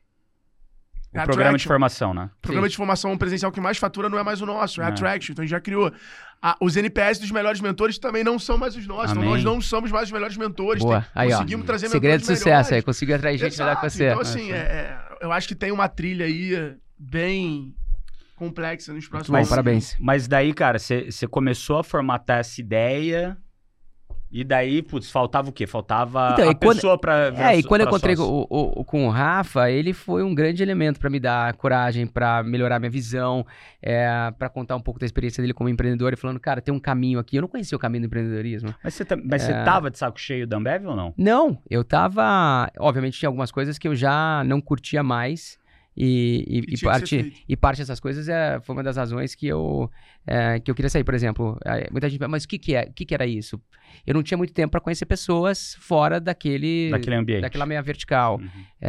O É a programa de Traction. formação, né? O programa de formação presencial que mais fatura não é mais o nosso, é a É. Traction. Então a gente já criou. Os NPS dos melhores mentores também não são mais os nossos. Então Amém. nós não somos mais os melhores mentores. Boa. Aí, ó. Conseguimos trazer Segredo de mentores sucesso aí, melhores. conseguiu atrair gente melhor que Exato. você. Então, assim, eu acho que tem uma trilha aí bem complexa nos próximos Bom, anos. parabéns. Mas daí, cara, você começou a formatar essa ideia e daí, putz, faltava o quê? Faltava Então, a e quando- pessoa pra... E quando eu pra encontrei sócio. com o Rafa, ele foi um grande elemento pra me dar coragem, pra melhorar minha visão, pra contar um pouco da experiência dele como empreendedor e falando, cara, tem um caminho aqui. Eu não conhecia o caminho do empreendedorismo. Mas você tava de saco cheio da Ambev ou não? Não, eu tava... Obviamente tinha algumas coisas que eu já não curtia mais e Que tinha que ser feito. parte dessas coisas foi uma das razões que eu queria sair. Por exemplo, muita gente fala, mas o que era isso? Eu não tinha muito tempo para conhecer pessoas fora daquele Daquele ambiente. daquela meia vertical.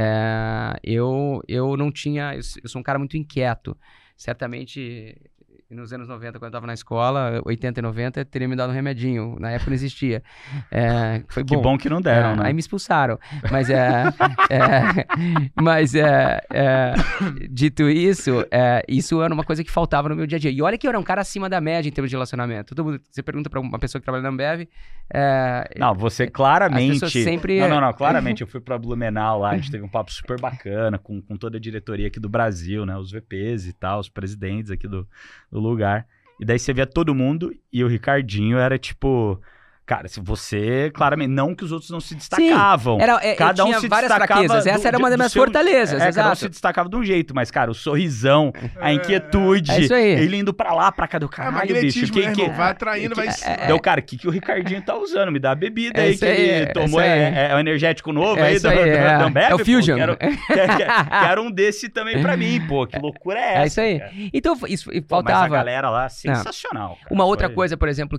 Uhum. Eu não tinha... Eu sou um cara muito inquieto. Certamente... E nos anos 90, quando eu tava na escola, 80 e 90, teriam me dado um remedinho. Na época não existia. Foi bom. Que bom que não deram, né? Aí me expulsaram. Mas dito isso, isso era uma coisa que faltava no meu dia a dia. E olha que eu era um cara acima da média em termos de relacionamento. Todo mundo, você pergunta pra uma pessoa que trabalha na Ambev... Não, você claramente... As pessoas sempre... Não, claramente. Eu fui pra Blumenau lá, a gente teve um papo super bacana com toda a diretoria aqui do Brasil, né? Os VPs e tal, os presidentes aqui do lugar. E daí você via todo mundo e o Ricardinho era tipo... Cara, se você, claramente, não que os outros não se destacavam. Sim, cada um tinha se várias destacava fraquezas. Essa era uma das minhas fortalezas, cada um exato. se destacava de um jeito, mas, cara, o sorrisão, a inquietude, isso aí. ele indo pra lá, pra cá do caralho, bicho. Vai atraindo, vai... Então, cara, o que o Ricardinho tá usando? Me dá a bebida aí isso que aí, ele tomou. É o energético novo aí isso da Ambev? É o Fusion. Quero um desse também pra mim, pô. Que loucura é essa? É isso aí. Cara? Então, isso Pô, faltava... mas a galera lá, sensacional. Cara. Uma outra coisa, por exemplo,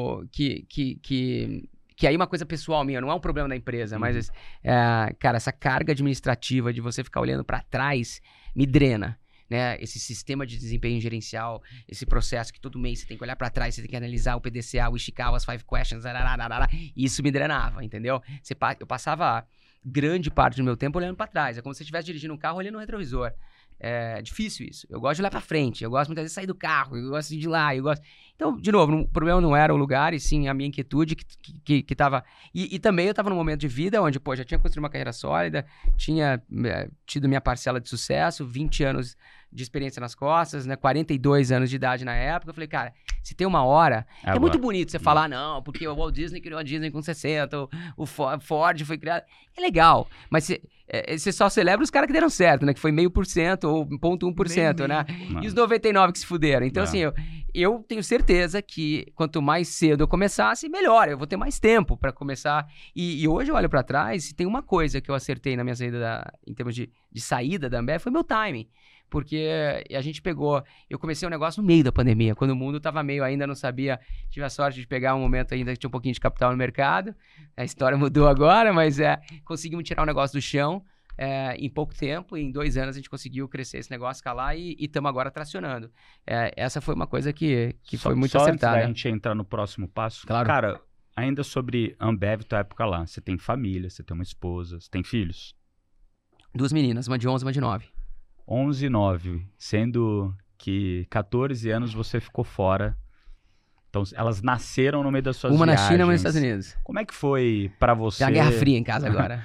que aí uma coisa pessoal minha, não é um problema da empresa, mas, cara, essa carga administrativa de você ficar olhando pra trás me drena, né? Esse sistema de desempenho gerencial, esse processo que todo mês você tem que olhar pra trás, você tem que analisar o PDCA, o Ishikawa, as 5 questions, isso me drenava, entendeu? Eu passava grande parte do meu tempo olhando pra trás, é como se você estivesse dirigindo um carro olhando no retrovisor. É difícil isso. Eu gosto de olhar pra frente. Eu gosto muitas vezes de sair do carro. Eu gosto de ir de lá. Então, de novo, o problema não era o lugar, e sim a minha inquietude que tava... E também eu tava num momento de vida onde, pô, já tinha construído uma carreira sólida, tinha tido minha parcela de sucesso, 20 anos de experiência nas costas, né? 42 anos de idade na época. Eu falei, cara, se tem uma hora... É muito bonito você falar, não, porque o Walt Disney criou a Disney com 60, o Ford foi criado... É legal, mas você só celebra os caras que deram certo, né? Que foi 0,5% ou 0,1%, né? Não. E os 99 que se fuderam. Então, assim, eu tenho certeza que quanto mais cedo eu começasse, melhor. Eu vou ter mais tempo pra começar. E hoje eu olho pra trás e tem uma coisa que eu acertei na minha saída, em termos de saída da Ambev, foi meu timing. Porque a gente pegou... Eu comecei um negócio no meio da pandemia, quando o mundo tava meio ainda não sabia... Tive a sorte de pegar um momento ainda que tinha um pouquinho de capital no mercado. A história mudou agora, mas conseguimos tirar o negócio do chão em pouco tempo. Em 2 anos a gente conseguiu crescer esse negócio, escalar e estamos agora tracionando. Essa foi uma coisa que foi muito acertada. Só antes da gente entrar no próximo passo. Claro. Cara, ainda sobre Ambev, tua época lá. Você tem família, você tem uma esposa, você tem filhos? 2 meninas, uma de 11 e uma de 9. 11 e 9, sendo que 14 anos você ficou fora. Então, elas nasceram no meio das suas uma viagens. Na China e uma nos Estados Unidos. Como é que foi pra você... Tem a Guerra Fria em casa agora.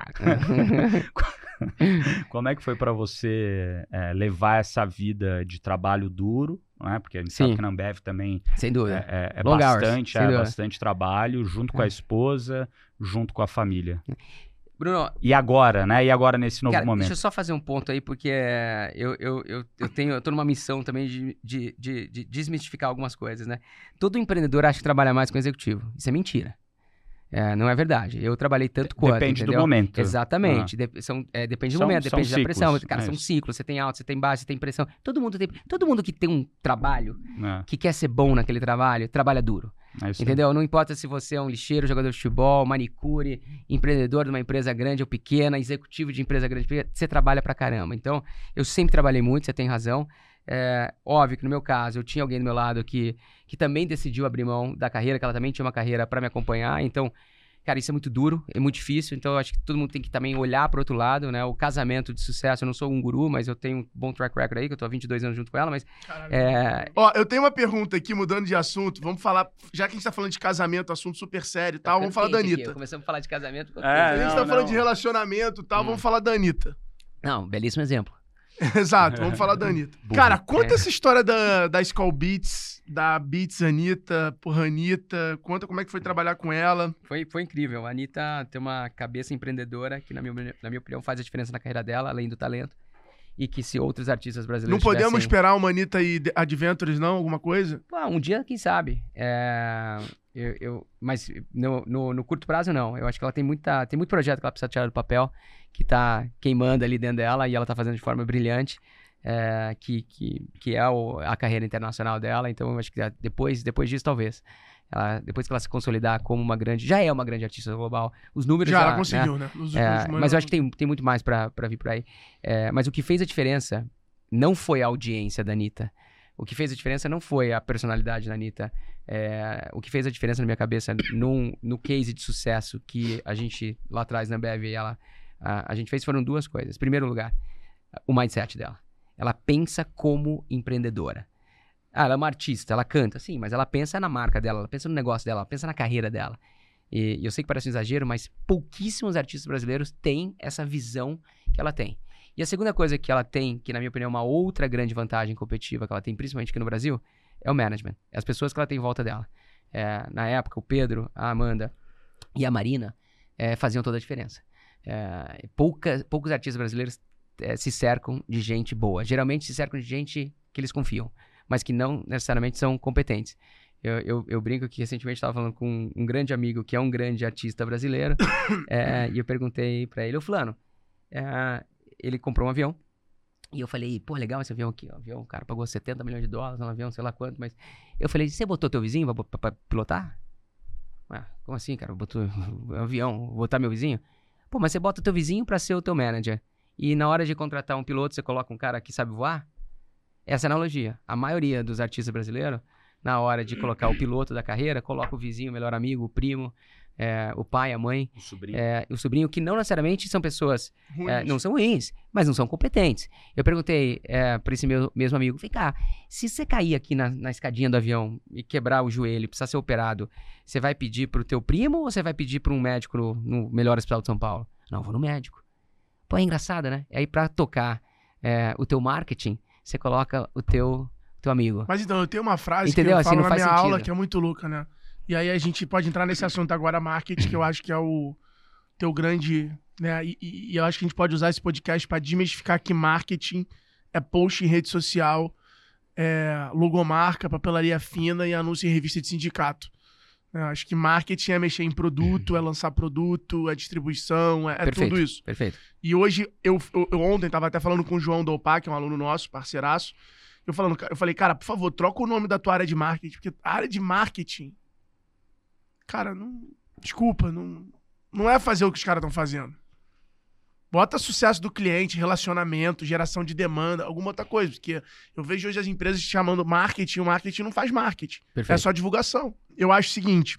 Como é que foi pra você levar essa vida de trabalho duro, né? Porque a gente sabe que na Ambev também sem dúvida. bastante trabalho, junto com a esposa, junto com a família. Bruno... E agora, né? E agora nesse novo momento? Deixa eu só fazer um ponto aí, porque eu tô numa missão também de desmistificar algumas coisas, né? Todo empreendedor acha que trabalha mais com executivo. Isso é mentira. Não é verdade. Eu trabalhei tanto quanto, depende entendeu? do momento. Exatamente. Depende do momento, depende da pressão. Cara, são isso. ciclos. Você tem alto, você tem baixo, você tem pressão. Todo mundo que tem um trabalho, que quer ser bom naquele trabalho, trabalha duro. Entendeu? Não importa se você é um lixeiro, jogador de futebol, manicure, empreendedor de uma empresa grande ou pequena, executivo de empresa grande ou pequena, você trabalha pra caramba. Então, eu sempre trabalhei muito, você tem razão. Óbvio que no meu caso, eu tinha alguém do meu lado que também decidiu abrir mão da carreira, que ela também tinha uma carreira pra me acompanhar. Então, cara, isso é muito duro, é muito difícil. Então, eu acho que todo mundo tem que também olhar pro outro lado, né? O casamento de sucesso, eu não sou um guru, mas eu tenho um bom track record aí, que eu tô há 22 anos junto com ela, mas... Ó, eu tenho uma pergunta aqui, mudando de assunto. Vamos falar, já que a gente tá falando de casamento, assunto super sério e tal, vamos falar da Anitta. Começamos a falar de casamento. A gente tá falando de relacionamento e tal, vamos falar da Anitta. Não, belíssimo exemplo. Exato, vamos falar da Anitta. Cara, conta essa história da Skol Beats, da Beats Anitta, porra, Anitta. Conta como é que foi trabalhar com ela. Foi incrível. A Anitta tem uma cabeça empreendedora que, na minha opinião, faz a diferença na carreira dela, além do talento. E que se outros artistas brasileiros não podemos esperar uma Anitta e Adventures, não? Alguma coisa? Pô, um dia, quem sabe. Mas no curto prazo, não. Eu acho que ela tem muito projeto que ela precisa tirar do papel, que tá queimando ali dentro dela, e ela tá fazendo de forma brilhante, que é a carreira internacional dela. Então, eu acho que depois disso, talvez. Depois que ela se consolidar como uma grande... Já é uma grande artista global. Os números já... ela conseguiu, né? Mas eu acho que tem muito mais pra vir por aí. Mas o que fez a diferença não foi a audiência da Anitta, O que fez a diferença não foi a personalidade da Anitta. O que fez a diferença na minha cabeça no case de sucesso que a gente, lá atrás, na Ambev, a gente fez foram 2 coisas. Em primeiro lugar, o mindset dela. Ela pensa como empreendedora. Ela é uma artista, ela canta, sim, mas ela pensa na marca dela, ela pensa no negócio dela, ela pensa na carreira dela. E eu sei que parece um exagero, mas pouquíssimos artistas brasileiros têm essa visão que ela tem. E a segunda coisa que ela tem, que na minha opinião é uma outra grande vantagem competitiva que ela tem, principalmente aqui no Brasil, é o management. É as pessoas que ela tem em volta dela. Na época, o Pedro, a Amanda e a Marina faziam toda a diferença. Poucos artistas brasileiros se cercam de gente boa. Geralmente se cercam de gente que eles confiam, mas que não necessariamente são competentes. Eu brinco que recentemente estava falando com um grande amigo que é um grande artista brasileiro e eu perguntei para ele, fulano, ele comprou um avião e eu falei, pô, legal esse avião aqui, ó, o cara pagou $70 milhões no avião, sei lá quanto, mas eu falei, você botou teu vizinho pra pilotar? Como assim, cara? Botou um avião, vou botar meu vizinho? Pô, mas você bota teu vizinho pra ser o teu manager e na hora de contratar um piloto você coloca um cara que sabe voar? Essa é a analogia. A maioria dos artistas brasileiros, na hora de colocar o piloto da carreira, coloca o vizinho, o melhor amigo, o primo, o pai, a mãe, o sobrinho, que não necessariamente são pessoas, não são ruins, mas não são competentes. Eu perguntei para esse mesmo amigo, vem cá, se você cair aqui na escadinha do avião e quebrar o joelho, precisar ser operado, você vai pedir pro teu primo ou você vai pedir para um médico no melhor hospital de São Paulo? Não, vou no médico. Pô, é engraçado, né? E aí para tocar o teu marketing, você coloca o teu amigo. Mas então, eu tenho uma frase Entendeu? que eu Assim, falo não na faz minha sentido. aula que é muito louca, né? E aí a gente pode entrar nesse assunto agora, marketing, que eu acho que é o teu grande... né? E eu acho que a gente pode usar esse podcast para desmistificar que marketing é post em rede social, logomarca, papelaria fina e anúncio em revista de sindicato. Eu acho que marketing é mexer em produto, é lançar produto, é distribuição, Perfeito, tudo isso. Perfeito. E hoje, eu ontem tava até falando com o João do OPA, que é um aluno nosso, parceiraço. Eu falei, cara, por favor, troca o nome da tua área de marketing, porque a área de marketing, cara, desculpa, não é fazer o que os caras estão fazendo. Bota sucesso do cliente, relacionamento, geração de demanda, alguma outra coisa. Porque eu vejo hoje as empresas chamando marketing, o marketing não faz marketing. Perfeito. É só divulgação. Eu acho o seguinte,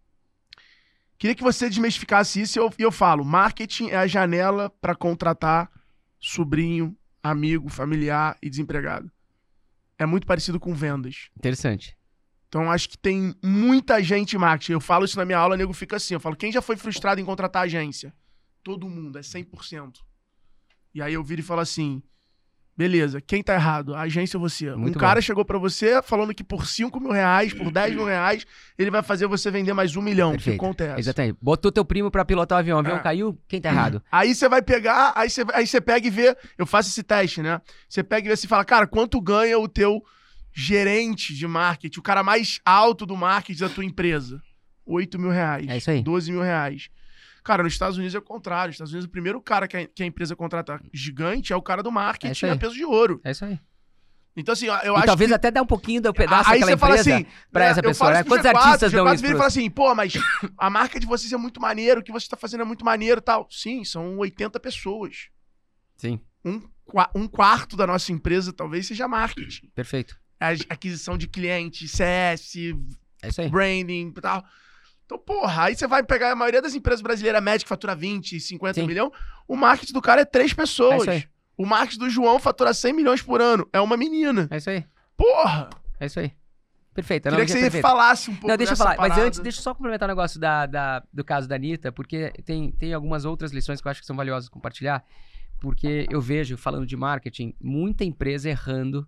queria que você desmistificasse isso e eu falo, marketing é a janela para contratar sobrinho, amigo, familiar e desempregado. É muito parecido com vendas. Interessante. Então, acho que tem muita gente em marketing. Eu falo isso na minha aula, o nego fica assim. Eu falo, quem já foi frustrado em contratar agência? Todo mundo, é 100%. E aí eu viro e falo assim, beleza, quem tá errado? A agência ou você? Muito cara bom. chegou pra você falando que por R$5 mil, por R$10 mil, ele vai fazer você vender mais R$1 milhão. O que Perfeito. acontece? Exatamente. Botou teu primo pra pilotar o avião caiu, quem tá errado? Aí você vai pegar, aí você pega e vê, eu faço esse teste, né? Você pega e vê, você fala, cara, quanto ganha o teu gerente de marketing, o cara mais alto do marketing da tua empresa? R$8 mil. É isso aí. R$12 mil. Cara, nos Estados Unidos é o contrário. Nos Estados Unidos, o primeiro cara que a empresa contrata gigante é o cara do marketing, é peso de ouro. É isso aí. Então, assim, eu E acho talvez que... até dar um pouquinho do pedaço aí daquela você fala empresa assim, pra essa pessoa, né? Quantos artistas dão isso? Ele fala assim, pô, mas a marca de vocês é muito maneiro, o que você tá fazendo é muito maneiro e tal. Sim, são 80 pessoas. Sim. Um quarto da nossa empresa talvez seja marketing. Perfeito. Aquisição de clientes, CS, É isso aí. branding e tal. Então, porra, aí você vai pegar a maioria das empresas brasileiras médicas que fatura 20, 50 Sim. milhões, o marketing do cara é 3 pessoas. É isso aí. O marketing do João fatura 100 milhões por ano. É uma menina. É isso aí. Porra! É isso aí. Perfeito. Queria que você falasse um pouco Não, deixa eu dessa falar. Mas parada. antes, deixa eu só complementar o negócio do caso da Anitta, porque tem algumas outras lições que eu acho que são valiosas compartilhar, porque eu vejo, falando de marketing, muita empresa errando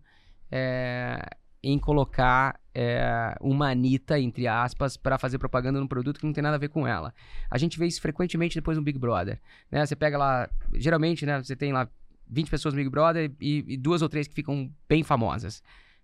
em colocar uma Anitta, entre aspas, para fazer propaganda num produto que não tem nada a ver com ela. A gente vê isso frequentemente depois no Big Brother. Né? Você pega lá, geralmente, né, você tem lá 20 pessoas no Big Brother e 2 ou 3 que ficam bem famosas.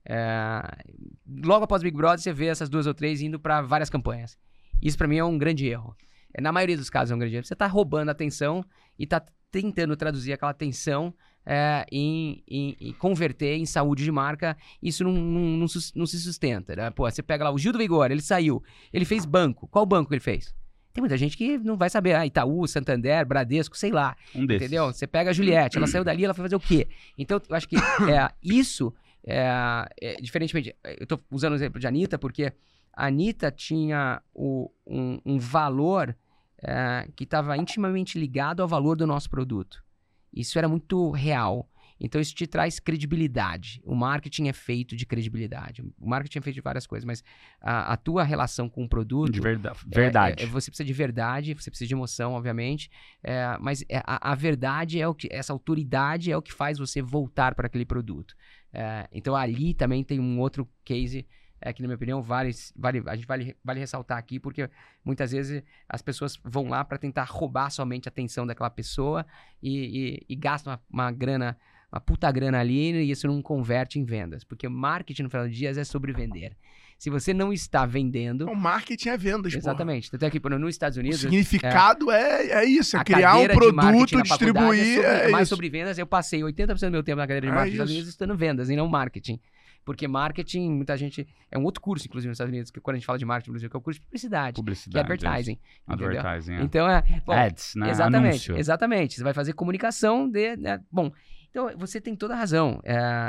Logo após o Big Brother, você vê essas 2 ou 3 indo para várias campanhas. Isso para mim é um grande erro. Na maioria dos casos é um grande erro. Você tá roubando a atenção e tá tentando traduzir aquela atenção em converter em saúde de marca. Isso não se sustenta, né? Pô, você pega lá o Gil do Vigor, ele saiu, ele fez banco. Qual banco que ele fez? Tem muita gente que não vai saber. Itaú, Santander, Bradesco, sei lá. Um desses. Entendeu? Você pega a Juliette, ela saiu dali, ela foi fazer o quê? Então, eu acho que isso Diferentemente, eu tô usando o exemplo de Anitta, porque a Anitta tinha um valor que estava intimamente ligado ao valor do nosso produto. Isso era muito real. Então, isso te traz credibilidade. O marketing é feito de credibilidade. O marketing é feito de várias coisas, mas a tua relação com o produto... De verdade. Você precisa de verdade, você precisa de emoção, obviamente, mas a verdade essa autoridade é o que faz você voltar para aquele produto. Então, ali também tem um outro case que, na minha opinião, vale ressaltar aqui, porque muitas vezes as pessoas vão lá para tentar roubar somente a atenção daquela pessoa e gastam uma puta grana ali, e isso não converte em vendas. Porque marketing, no final do dia, é sobre vender. Se você não está vendendo... O marketing é vendas, Exatamente. Tanto é que nos Estados Unidos... O significado é isso, é criar um produto, distribuir... mais sobre vendas. Eu passei 80% do meu tempo na cadeira de marketing nos Estados Unidos estudando vendas e não marketing. Porque marketing, muita gente... É um outro curso, inclusive, nos Estados Unidos, que quando a gente fala de marketing, que é o curso de publicidade. Que é advertising. Advertising, Então, bom, ads, né? Exatamente, Anúncio. Exatamente. Você vai fazer comunicação bom, então, você tem toda a razão.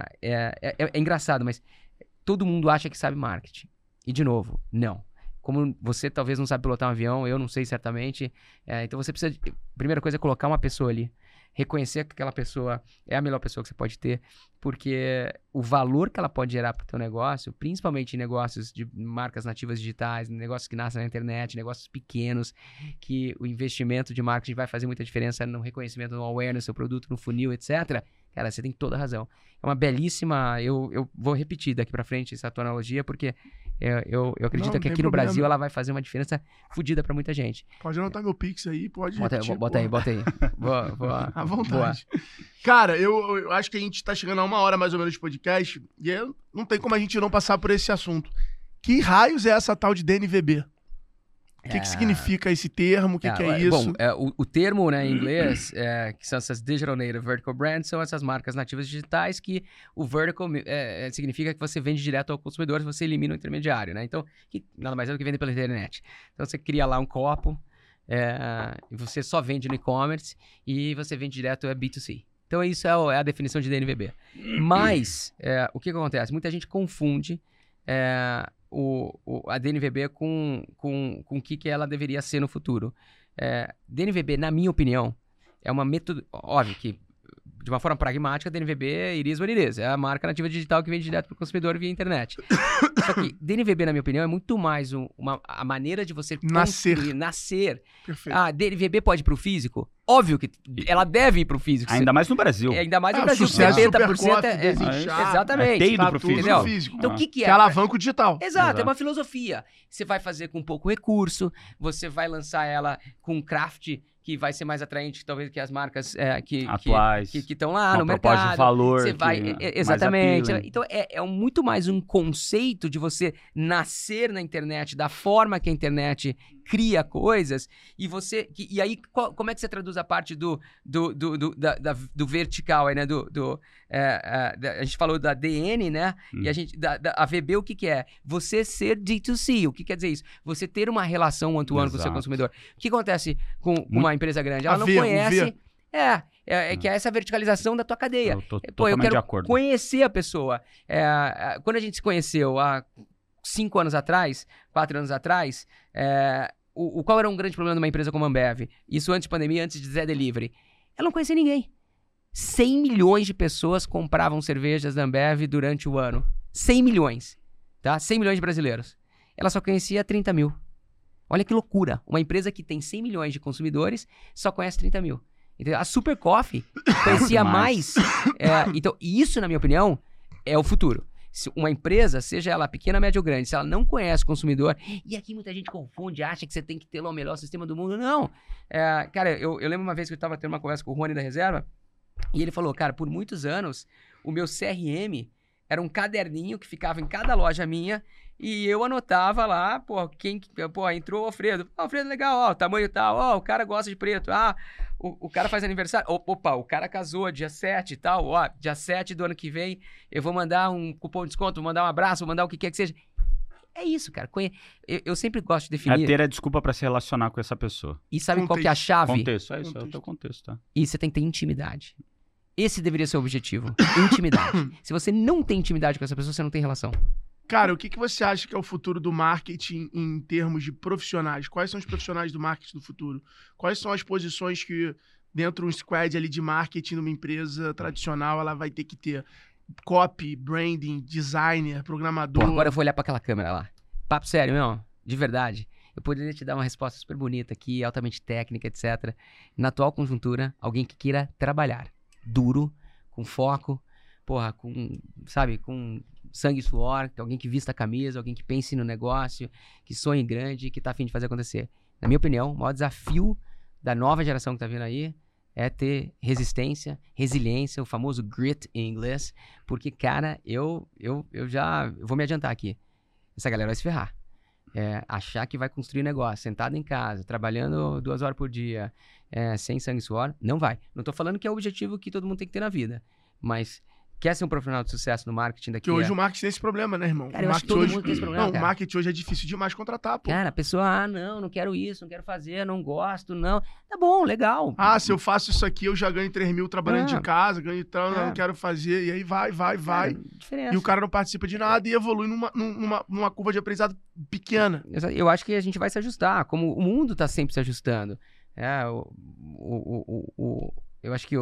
É engraçado, mas todo mundo acha que sabe marketing. E, de novo, não. Como você talvez não sabe pilotar um avião, eu não sei certamente. Então, você precisa... Primeira coisa é colocar uma pessoa ali. Reconhecer que aquela pessoa é a melhor pessoa que você pode ter, porque o valor que ela pode gerar para o teu negócio, principalmente em negócios de marcas nativas digitais, negócios que nascem na internet, negócios pequenos, que o investimento de marketing vai fazer muita diferença no reconhecimento, no awareness do seu produto, no funil, etc. Cara, você tem toda a razão. É uma belíssima... Eu vou repetir daqui para frente essa tua analogia, porque eu acredito que aqui no Brasil ela vai fazer uma diferença fodida para muita gente. Pode anotar meu Pix aí, pode repetir. Bota aí. À vontade. Boa. Cara, eu acho que a gente tá chegando a 1 hora mais ou menos de podcast e não tem como a gente não passar por esse assunto. Que raios é essa tal de DNVB? O que significa esse termo? O que é isso? Bom, o termo, né, em inglês, que são essas Digital Native Vertical Brands, são essas marcas nativas digitais que o vertical significa que você vende direto ao consumidor, você elimina o intermediário, né? Então, nada mais é do que vender pela internet. Então, você cria lá um copo, e você só vende no e-commerce e você vende direto B2C. Então, isso é a definição de DNVB. Mas, o que acontece? Muita gente confunde a DNVB com o que ela deveria ser no futuro. DNVB, na minha opinião, é uma método... Óbvio que, de uma forma pragmática, a DNVB iris what it is. É a marca nativa digital que vende direto para o consumidor via internet. Só que DNVB, na minha opinião, é muito mais a maneira de você nascer. Perfeito. A DNVB pode ir para o físico? Óbvio que ela deve ir para o físico. Ainda mais no Brasil. Ainda mais no Brasil. Sucesso 70% Desinchar, exatamente. Ido pro Entendeu? físico. Então, o que Que é? é alavanca o digital. Exato, é uma filosofia. Você vai fazer com pouco recurso, você vai lançar ela com craft que vai ser mais atraente, talvez, que as marcas atuais, que estão lá no proposta mercado. de valor. Você vai, exatamente. Então, muito mais um conceito de você nascer na internet, da forma que a internet cria coisas, e aí, como é que você traduz a parte do vertical, aí, né? A gente falou da DN, né? E a VB, o que é? Você ser D2C. O que quer dizer isso? Você ter uma relação one-to-one com o seu consumidor. O que acontece com uma empresa grande? Ela não conhece... que é essa verticalização da tua cadeia. Eu tô totalmente de acordo. Conhecer a pessoa. Quando a gente se conheceu há 5 anos atrás, 4 anos atrás, qual era um grande problema de uma empresa como a Ambev? Isso antes de pandemia, antes de Zé Delivery. Ela não conhecia ninguém. 100 milhões de pessoas compravam cervejas da Ambev durante o ano. 100 milhões. Tá? 100 milhões de brasileiros. Ela só conhecia 30 mil. Olha que loucura. Uma empresa que tem 100 milhões de consumidores só conhece 30 mil. Entendeu? A Super Coffee conhecia mais. Então, isso, na minha opinião, é o futuro. Se uma empresa, seja ela pequena, média ou grande, se ela não conhece o consumidor, e aqui muita gente confunde, acha que você tem que ter lá o melhor sistema do mundo. Não. Cara, eu lembro uma vez que eu estava tendo uma conversa com o Rony da Reserva, e ele falou, cara, por muitos anos, o meu CRM era um caderninho que ficava em cada loja minha, e eu anotava lá, entrou o Alfredo. Alfredo, legal, o tamanho tal, o cara gosta de preto, o cara faz aniversário, o cara casou dia 7 e tal, dia 7 do ano que vem, eu vou mandar um cupom de desconto, vou mandar um abraço, vou mandar o que quer que seja. É isso, cara. Eu sempre gosto de definir... É ter a desculpa pra se relacionar com essa pessoa. E sabe qual que é a chave? Contexto, é isso, é o teu contexto, tá? E você tem que ter intimidade. Esse deveria ser o objetivo. Intimidade. Se você não tem intimidade com essa pessoa, você não tem relação. Cara, o que você acha que é o futuro do marketing em termos de profissionais? Quais são os profissionais do marketing do futuro? Quais são as posições que dentro de um squad ali de marketing numa empresa tradicional ela vai ter que ter? Copy, branding, designer, programador. Pô, agora eu vou olhar pra aquela câmera lá. Papo sério, meu. De verdade. Eu poderia te dar uma resposta super bonita aqui, altamente técnica, etc. Na atual conjuntura, alguém que queira trabalhar duro, com foco, porra, com sangue e suor, alguém que vista a camisa, alguém que pense no negócio, que sonhe grande, que tá a fim de fazer acontecer. Na minha opinião, o maior desafio da nova geração que tá vindo aí é ter resistência, resiliência, o famoso grit em inglês, porque, cara, eu vou me adiantar aqui. Essa galera vai se ferrar. Achar que vai construir negócio, sentado em casa, trabalhando 2 horas por dia, sem sangue e suor, não vai. Não tô falando que é o objetivo que todo mundo tem que ter na vida, mas quer ser um profissional de sucesso no marketing daqui? Que hoje o marketing tem esse problema, né, irmão? Cara, eu acho que todo mundo tem esse problema, Não, cara. o marketing hoje é difícil demais contratar, pô. Cara, a pessoa, não quero isso, não quero fazer, não gosto, não. Tá bom, legal. Se eu faço isso aqui, eu já ganho 3 mil trabalhando de casa, ganho tanto, não quero fazer, e aí vai. Cara, diferença. E o cara não participa de nada e evolui numa curva de aprendizado pequena. Eu acho que a gente vai se ajustar, como o mundo tá sempre se ajustando. Eu acho que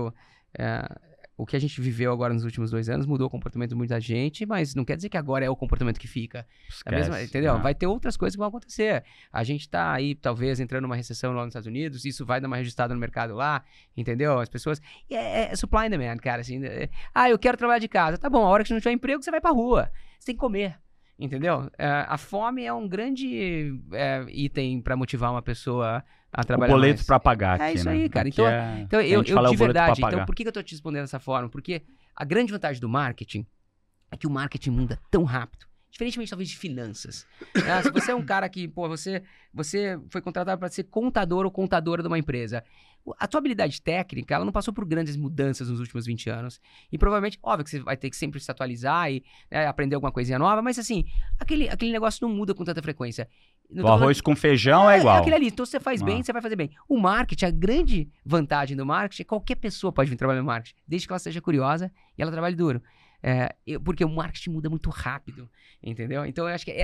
o que a gente viveu agora nos últimos 2 anos mudou o comportamento de muita gente, mas não quer dizer que agora é o comportamento que fica. Entendeu? Vai ter outras coisas que vão acontecer. A gente tá aí, talvez, entrando numa recessão lá nos Estados Unidos, isso vai dar uma reajustada no mercado lá, entendeu? As pessoas... É supply and demand, cara. Assim, eu quero trabalhar de casa. Tá bom, a hora que você não tiver emprego, você vai pra rua. Você tem que comer. Entendeu? A fome é um grande item pra motivar uma pessoa a trabalhar. O boleto mais. pra pagar aqui, É isso né? aí, cara. Aqui Então eu fala de o boleto pra verdade, pagar. então por que eu tô te respondendo dessa forma? Porque a grande vantagem do marketing é que o marketing muda tão rápido. Diferentemente, talvez, de finanças. Se você é um cara que, você foi contratado para ser contador ou contadora de uma empresa, a tua habilidade técnica, ela não passou por grandes mudanças nos últimos 20 anos. E provavelmente, óbvio que você vai ter que sempre se atualizar e aprender alguma coisinha nova, mas assim, aquele negócio não muda com tanta frequência. O arroz com feijão é igual. É aquele ali. Então, você faz bem, você vai fazer bem. O marketing, a grande vantagem do marketing é que qualquer pessoa pode vir trabalhar no marketing, desde que ela seja curiosa e ela trabalhe duro. Porque o marketing muda muito rápido, entendeu? Então eu acho que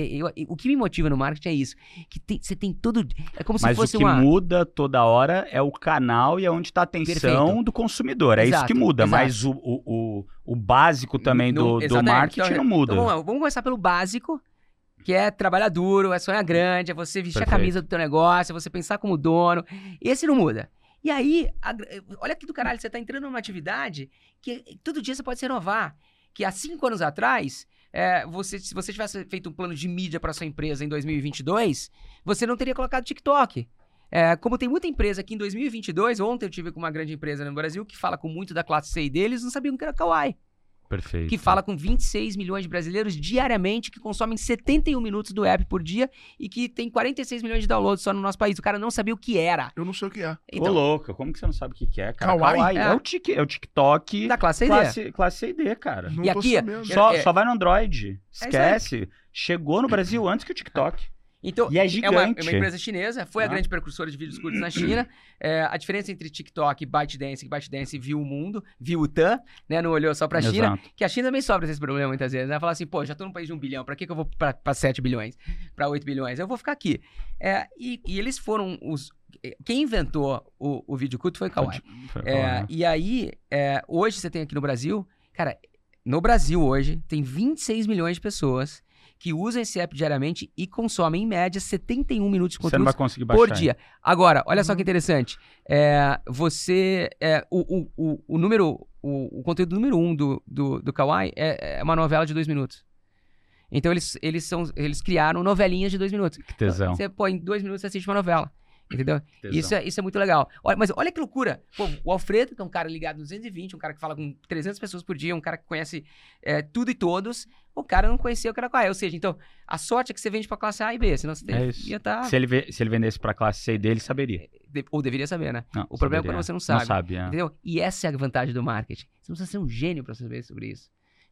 o que me motiva no marketing é isso, que você tem todo... É como se fosse o que muda toda hora é o canal e é onde está a atenção do consumidor, é isso que muda, mas o básico também do marketing não muda. Então, vamos começar pelo básico, que é trabalhar duro, é sonhar grande, é você vestir a camisa do teu negócio, é você pensar como dono. Esse não muda. E aí, olha que do caralho, você tá entrando numa atividade que todo dia você pode se renovar. Que há 5 anos atrás, se você tivesse feito um plano de mídia para sua empresa em 2022, você não teria colocado TikTok. Como tem muita empresa aqui em 2022, ontem eu tive com uma grande empresa no Brasil que fala com muito da classe C e deles, não sabiam que era Kawaii. Perfeito. Que fala com 26 milhões de brasileiros diariamente, que consomem 71 minutos do app por dia e que tem 46 milhões de downloads só no nosso país. O cara não sabia o que era. Eu não sei o que é. Então, ô, louco, como que você não sabe o que é, cara? Kawaii? É o TikTok da classe C&D. Classe C&D, cara. Não e tô aqui, sabendo. Só vai no Android. Esquece. Chegou no Brasil antes que o TikTok. Então, e é gigante. É uma empresa chinesa, foi a grande precursora de vídeos curtos na China. A diferença entre TikTok e ByteDance, que ByteDance viu o mundo, viu o TAM, né? Não olhou só pra China. Exato. Que a China também sofre esse problema muitas vezes, né? Fala assim, já tô num país de 1 bilhão, pra que eu vou pra 7 bilhões? Pra 8 bilhões? Eu vou ficar aqui. E eles foram quem inventou o vídeo curto foi o Kawaii. E aí, hoje você tem aqui no Brasil, cara, no Brasil hoje, tem 26 milhões de pessoas que usam esse app diariamente e consomem, em média, 71 minutos de conteúdo você não vai conseguir baixar por dia. Agora, olha só que interessante. O conteúdo número 1 do Kawaii é uma novela de 2 minutos. Então, eles criaram novelinhas de 2 minutos. Que tesão. Então, você põe 2 minutos e assiste uma novela. Entendeu? Isso é muito legal. Mas olha que loucura. Pô, o Alfredo, que é um cara ligado no 220, um cara que fala com 300 pessoas por dia, um cara que conhece tudo e todos, o cara não conhecia o que era Kawaii. Ou seja, então, a sorte é que você vende pra classe A e B, senão você ia estar... Se ele vendesse pra classe C e D, ele saberia. Ou deveria saber, né? Não, o problema é quando você não sabe. Não sabe, Entendeu? E essa é a vantagem do marketing. Você não precisa ser um gênio pra saber sobre isso.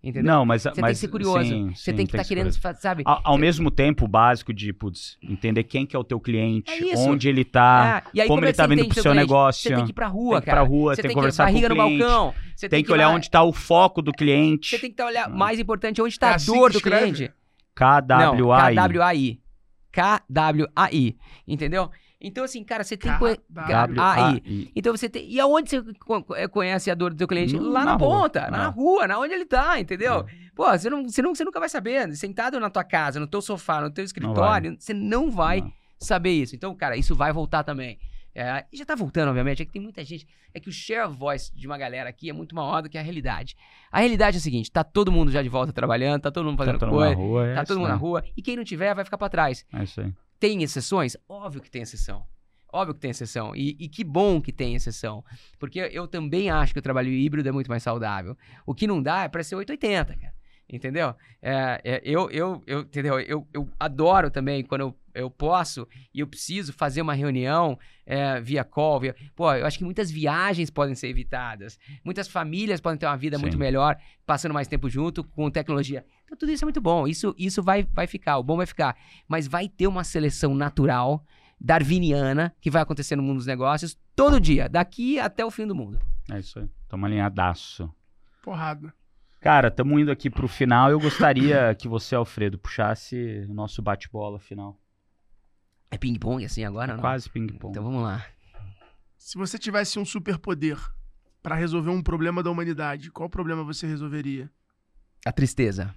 entendeu? Não, mas... Você tem que ser curioso. Você tem que estar querendo, sabe? Ao mesmo tempo, o básico de, entender quem que é o teu cliente, É isso. onde ele tá, E aí, como ele tá vindo pro seu negócio. Você tem que ir pra rua, tem que ir pra rua, tem que conversar com o cliente. no balcão. Você tem que olhar onde tá o foco do cliente. Você tem que olhar, mais importante, onde tá a assim dor que do escreve? cliente. KWAI. KWAI. KWAI. Entendeu? Então, assim, cara, você tem que... KWAI. Então você tem... E aonde você conhece a dor do seu cliente? Lá na ponta, na rua, na onde ele tá, entendeu? Pô, você nunca vai saber. Sentado na tua casa, no teu sofá, no teu escritório, você não vai saber isso. Então, cara, isso vai voltar também. E já tá voltando, obviamente. É que tem muita gente... É que o share of voice de uma galera aqui é muito maior do que a realidade. A realidade é a seguinte, tá todo mundo já de volta trabalhando, tá todo mundo fazendo coisa, tá todo mundo na rua, e quem não tiver vai ficar pra trás. É isso aí. Tem exceções? Óbvio que tem exceção. Óbvio que tem exceção. E que bom que tem exceção. Porque eu também acho que o trabalho híbrido é muito mais saudável. O que não dá é pra ser 880, cara. Entendeu? Entendeu? Eu adoro também quando eu posso e eu preciso fazer uma reunião via call. Pô, eu acho que muitas viagens podem ser evitadas. Muitas famílias podem ter uma vida muito melhor, passando mais tempo junto com tecnologia. Então tudo isso é muito bom. Isso vai ficar, o bom vai ficar. Mas vai ter uma seleção natural, darwiniana, que vai acontecer no mundo dos negócios todo dia, daqui até o fim do mundo. É isso aí. Tamo alinhadaço. Porrada. Cara, estamos indo aqui pro final. Eu gostaria que você, Alfredo, puxasse o nosso bate-bola final. É ping-pong assim agora, não? Quase ping-pong. Então vamos lá. Se você tivesse um superpoder pra resolver um problema da humanidade, qual problema você resolveria? A tristeza.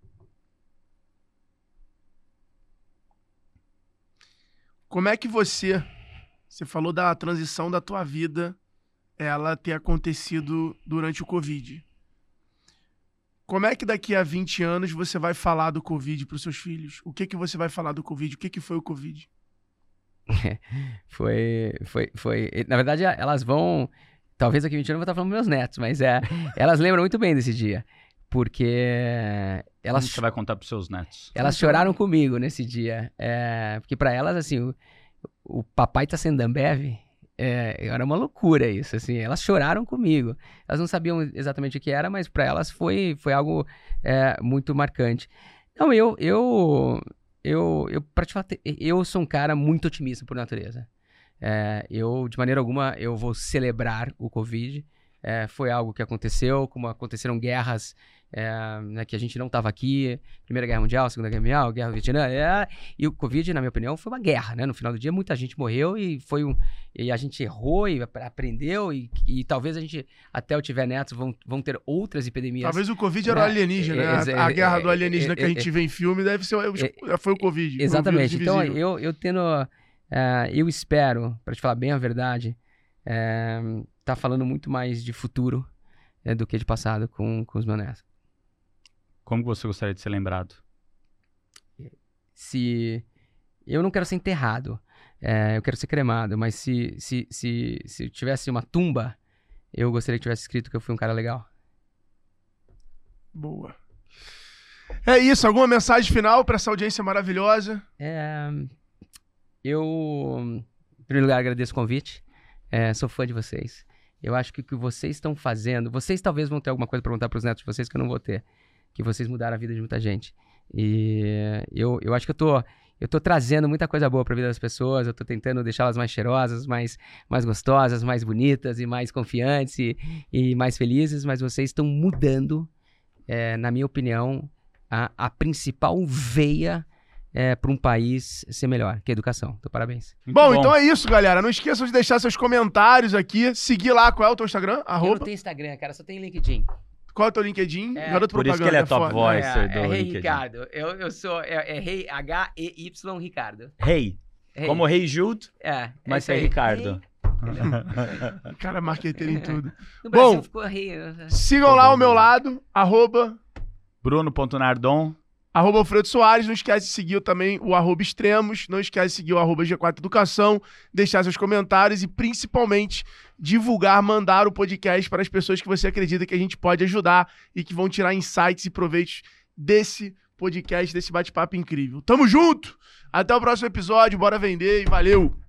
Como é que você falou da transição da tua vida, ela ter acontecido durante o Covid. Como é que daqui a 20 anos você vai falar do Covid para os seus filhos? O que que você vai falar do Covid? O que que foi o Covid? Foi. Na verdade, elas vão... Talvez daqui a 20 anos eu vou estar falando dos meus netos, mas elas lembram muito bem desse dia. Porque elas... Como você vai contar pros seus netos? Elas choraram comigo nesse dia. Porque pra elas, assim, o papai tá sendo Ambev... era uma loucura isso, assim, elas choraram comigo, elas não sabiam exatamente o que era, mas para elas foi algo muito marcante. Não, pra te falar, eu sou um cara muito otimista por natureza. De maneira alguma, eu vou celebrar o Covid. Foi algo que aconteceu, como aconteceram guerras que a gente não estava aqui, Primeira Guerra Mundial, Segunda Guerra Mundial, Guerra do Vietnã, e o Covid, na minha opinião, foi uma guerra, né? No final do dia, muita gente morreu e a gente errou e aprendeu e talvez a gente, até eu tiver netos, vão ter outras epidemias. Talvez o Covid era o alienígena, né? A guerra do alienígena que a gente vê em filme deve ser, foi o Covid. Exatamente, então eu tendo, eu espero, para te falar bem a verdade, tá falando muito mais de futuro do que de passado com os meus netos. Como você gostaria de ser lembrado? Eu não quero ser enterrado, eu quero ser cremado, mas se eu tivesse uma tumba, eu gostaria que tivesse escrito que eu fui um cara legal. Boa. É isso, alguma mensagem final para essa audiência maravilhosa? Eu, em primeiro lugar, agradeço o convite, sou fã de vocês. Eu acho que o que vocês estão fazendo... Vocês talvez vão ter alguma coisa para perguntar para os netos de vocês que eu não vou ter. Que vocês mudaram a vida de muita gente. E eu acho que eu tô trazendo muita coisa boa para a vida das pessoas. Eu tô tentando deixá-las mais cheirosas, mais gostosas, mais bonitas e mais confiantes e mais felizes. Mas vocês estão mudando, na minha opinião, a principal veia... para um país ser melhor, que a educação. Então, parabéns. Bom, então é isso, galera. Não esqueçam de deixar seus comentários aqui. Seguir lá, qual é o teu Instagram? Eu não tenho Instagram, cara, só tenho LinkedIn. Qual é o teu LinkedIn? Garoto Por isso que ele é top voicer do Rei LinkedIn. Ricardo. Eu sou... Rei H-E-Y Ricardo. Rei. Como Rei Jude, mas é Ricardo. O cara é marqueteiro em tudo. No Brasil Bom, ficou rei. Sigam lá ao meu lado, Bruno.Nardon. @Alfredo Soares, não esquece de seguir também o @Extremos, não esquece de seguir o @G4 Educação, deixar seus comentários e principalmente divulgar, mandar o podcast para as pessoas que você acredita que a gente pode ajudar e que vão tirar insights e proveitos desse podcast, desse bate-papo incrível. Tamo junto! Até o próximo episódio, bora vender e valeu!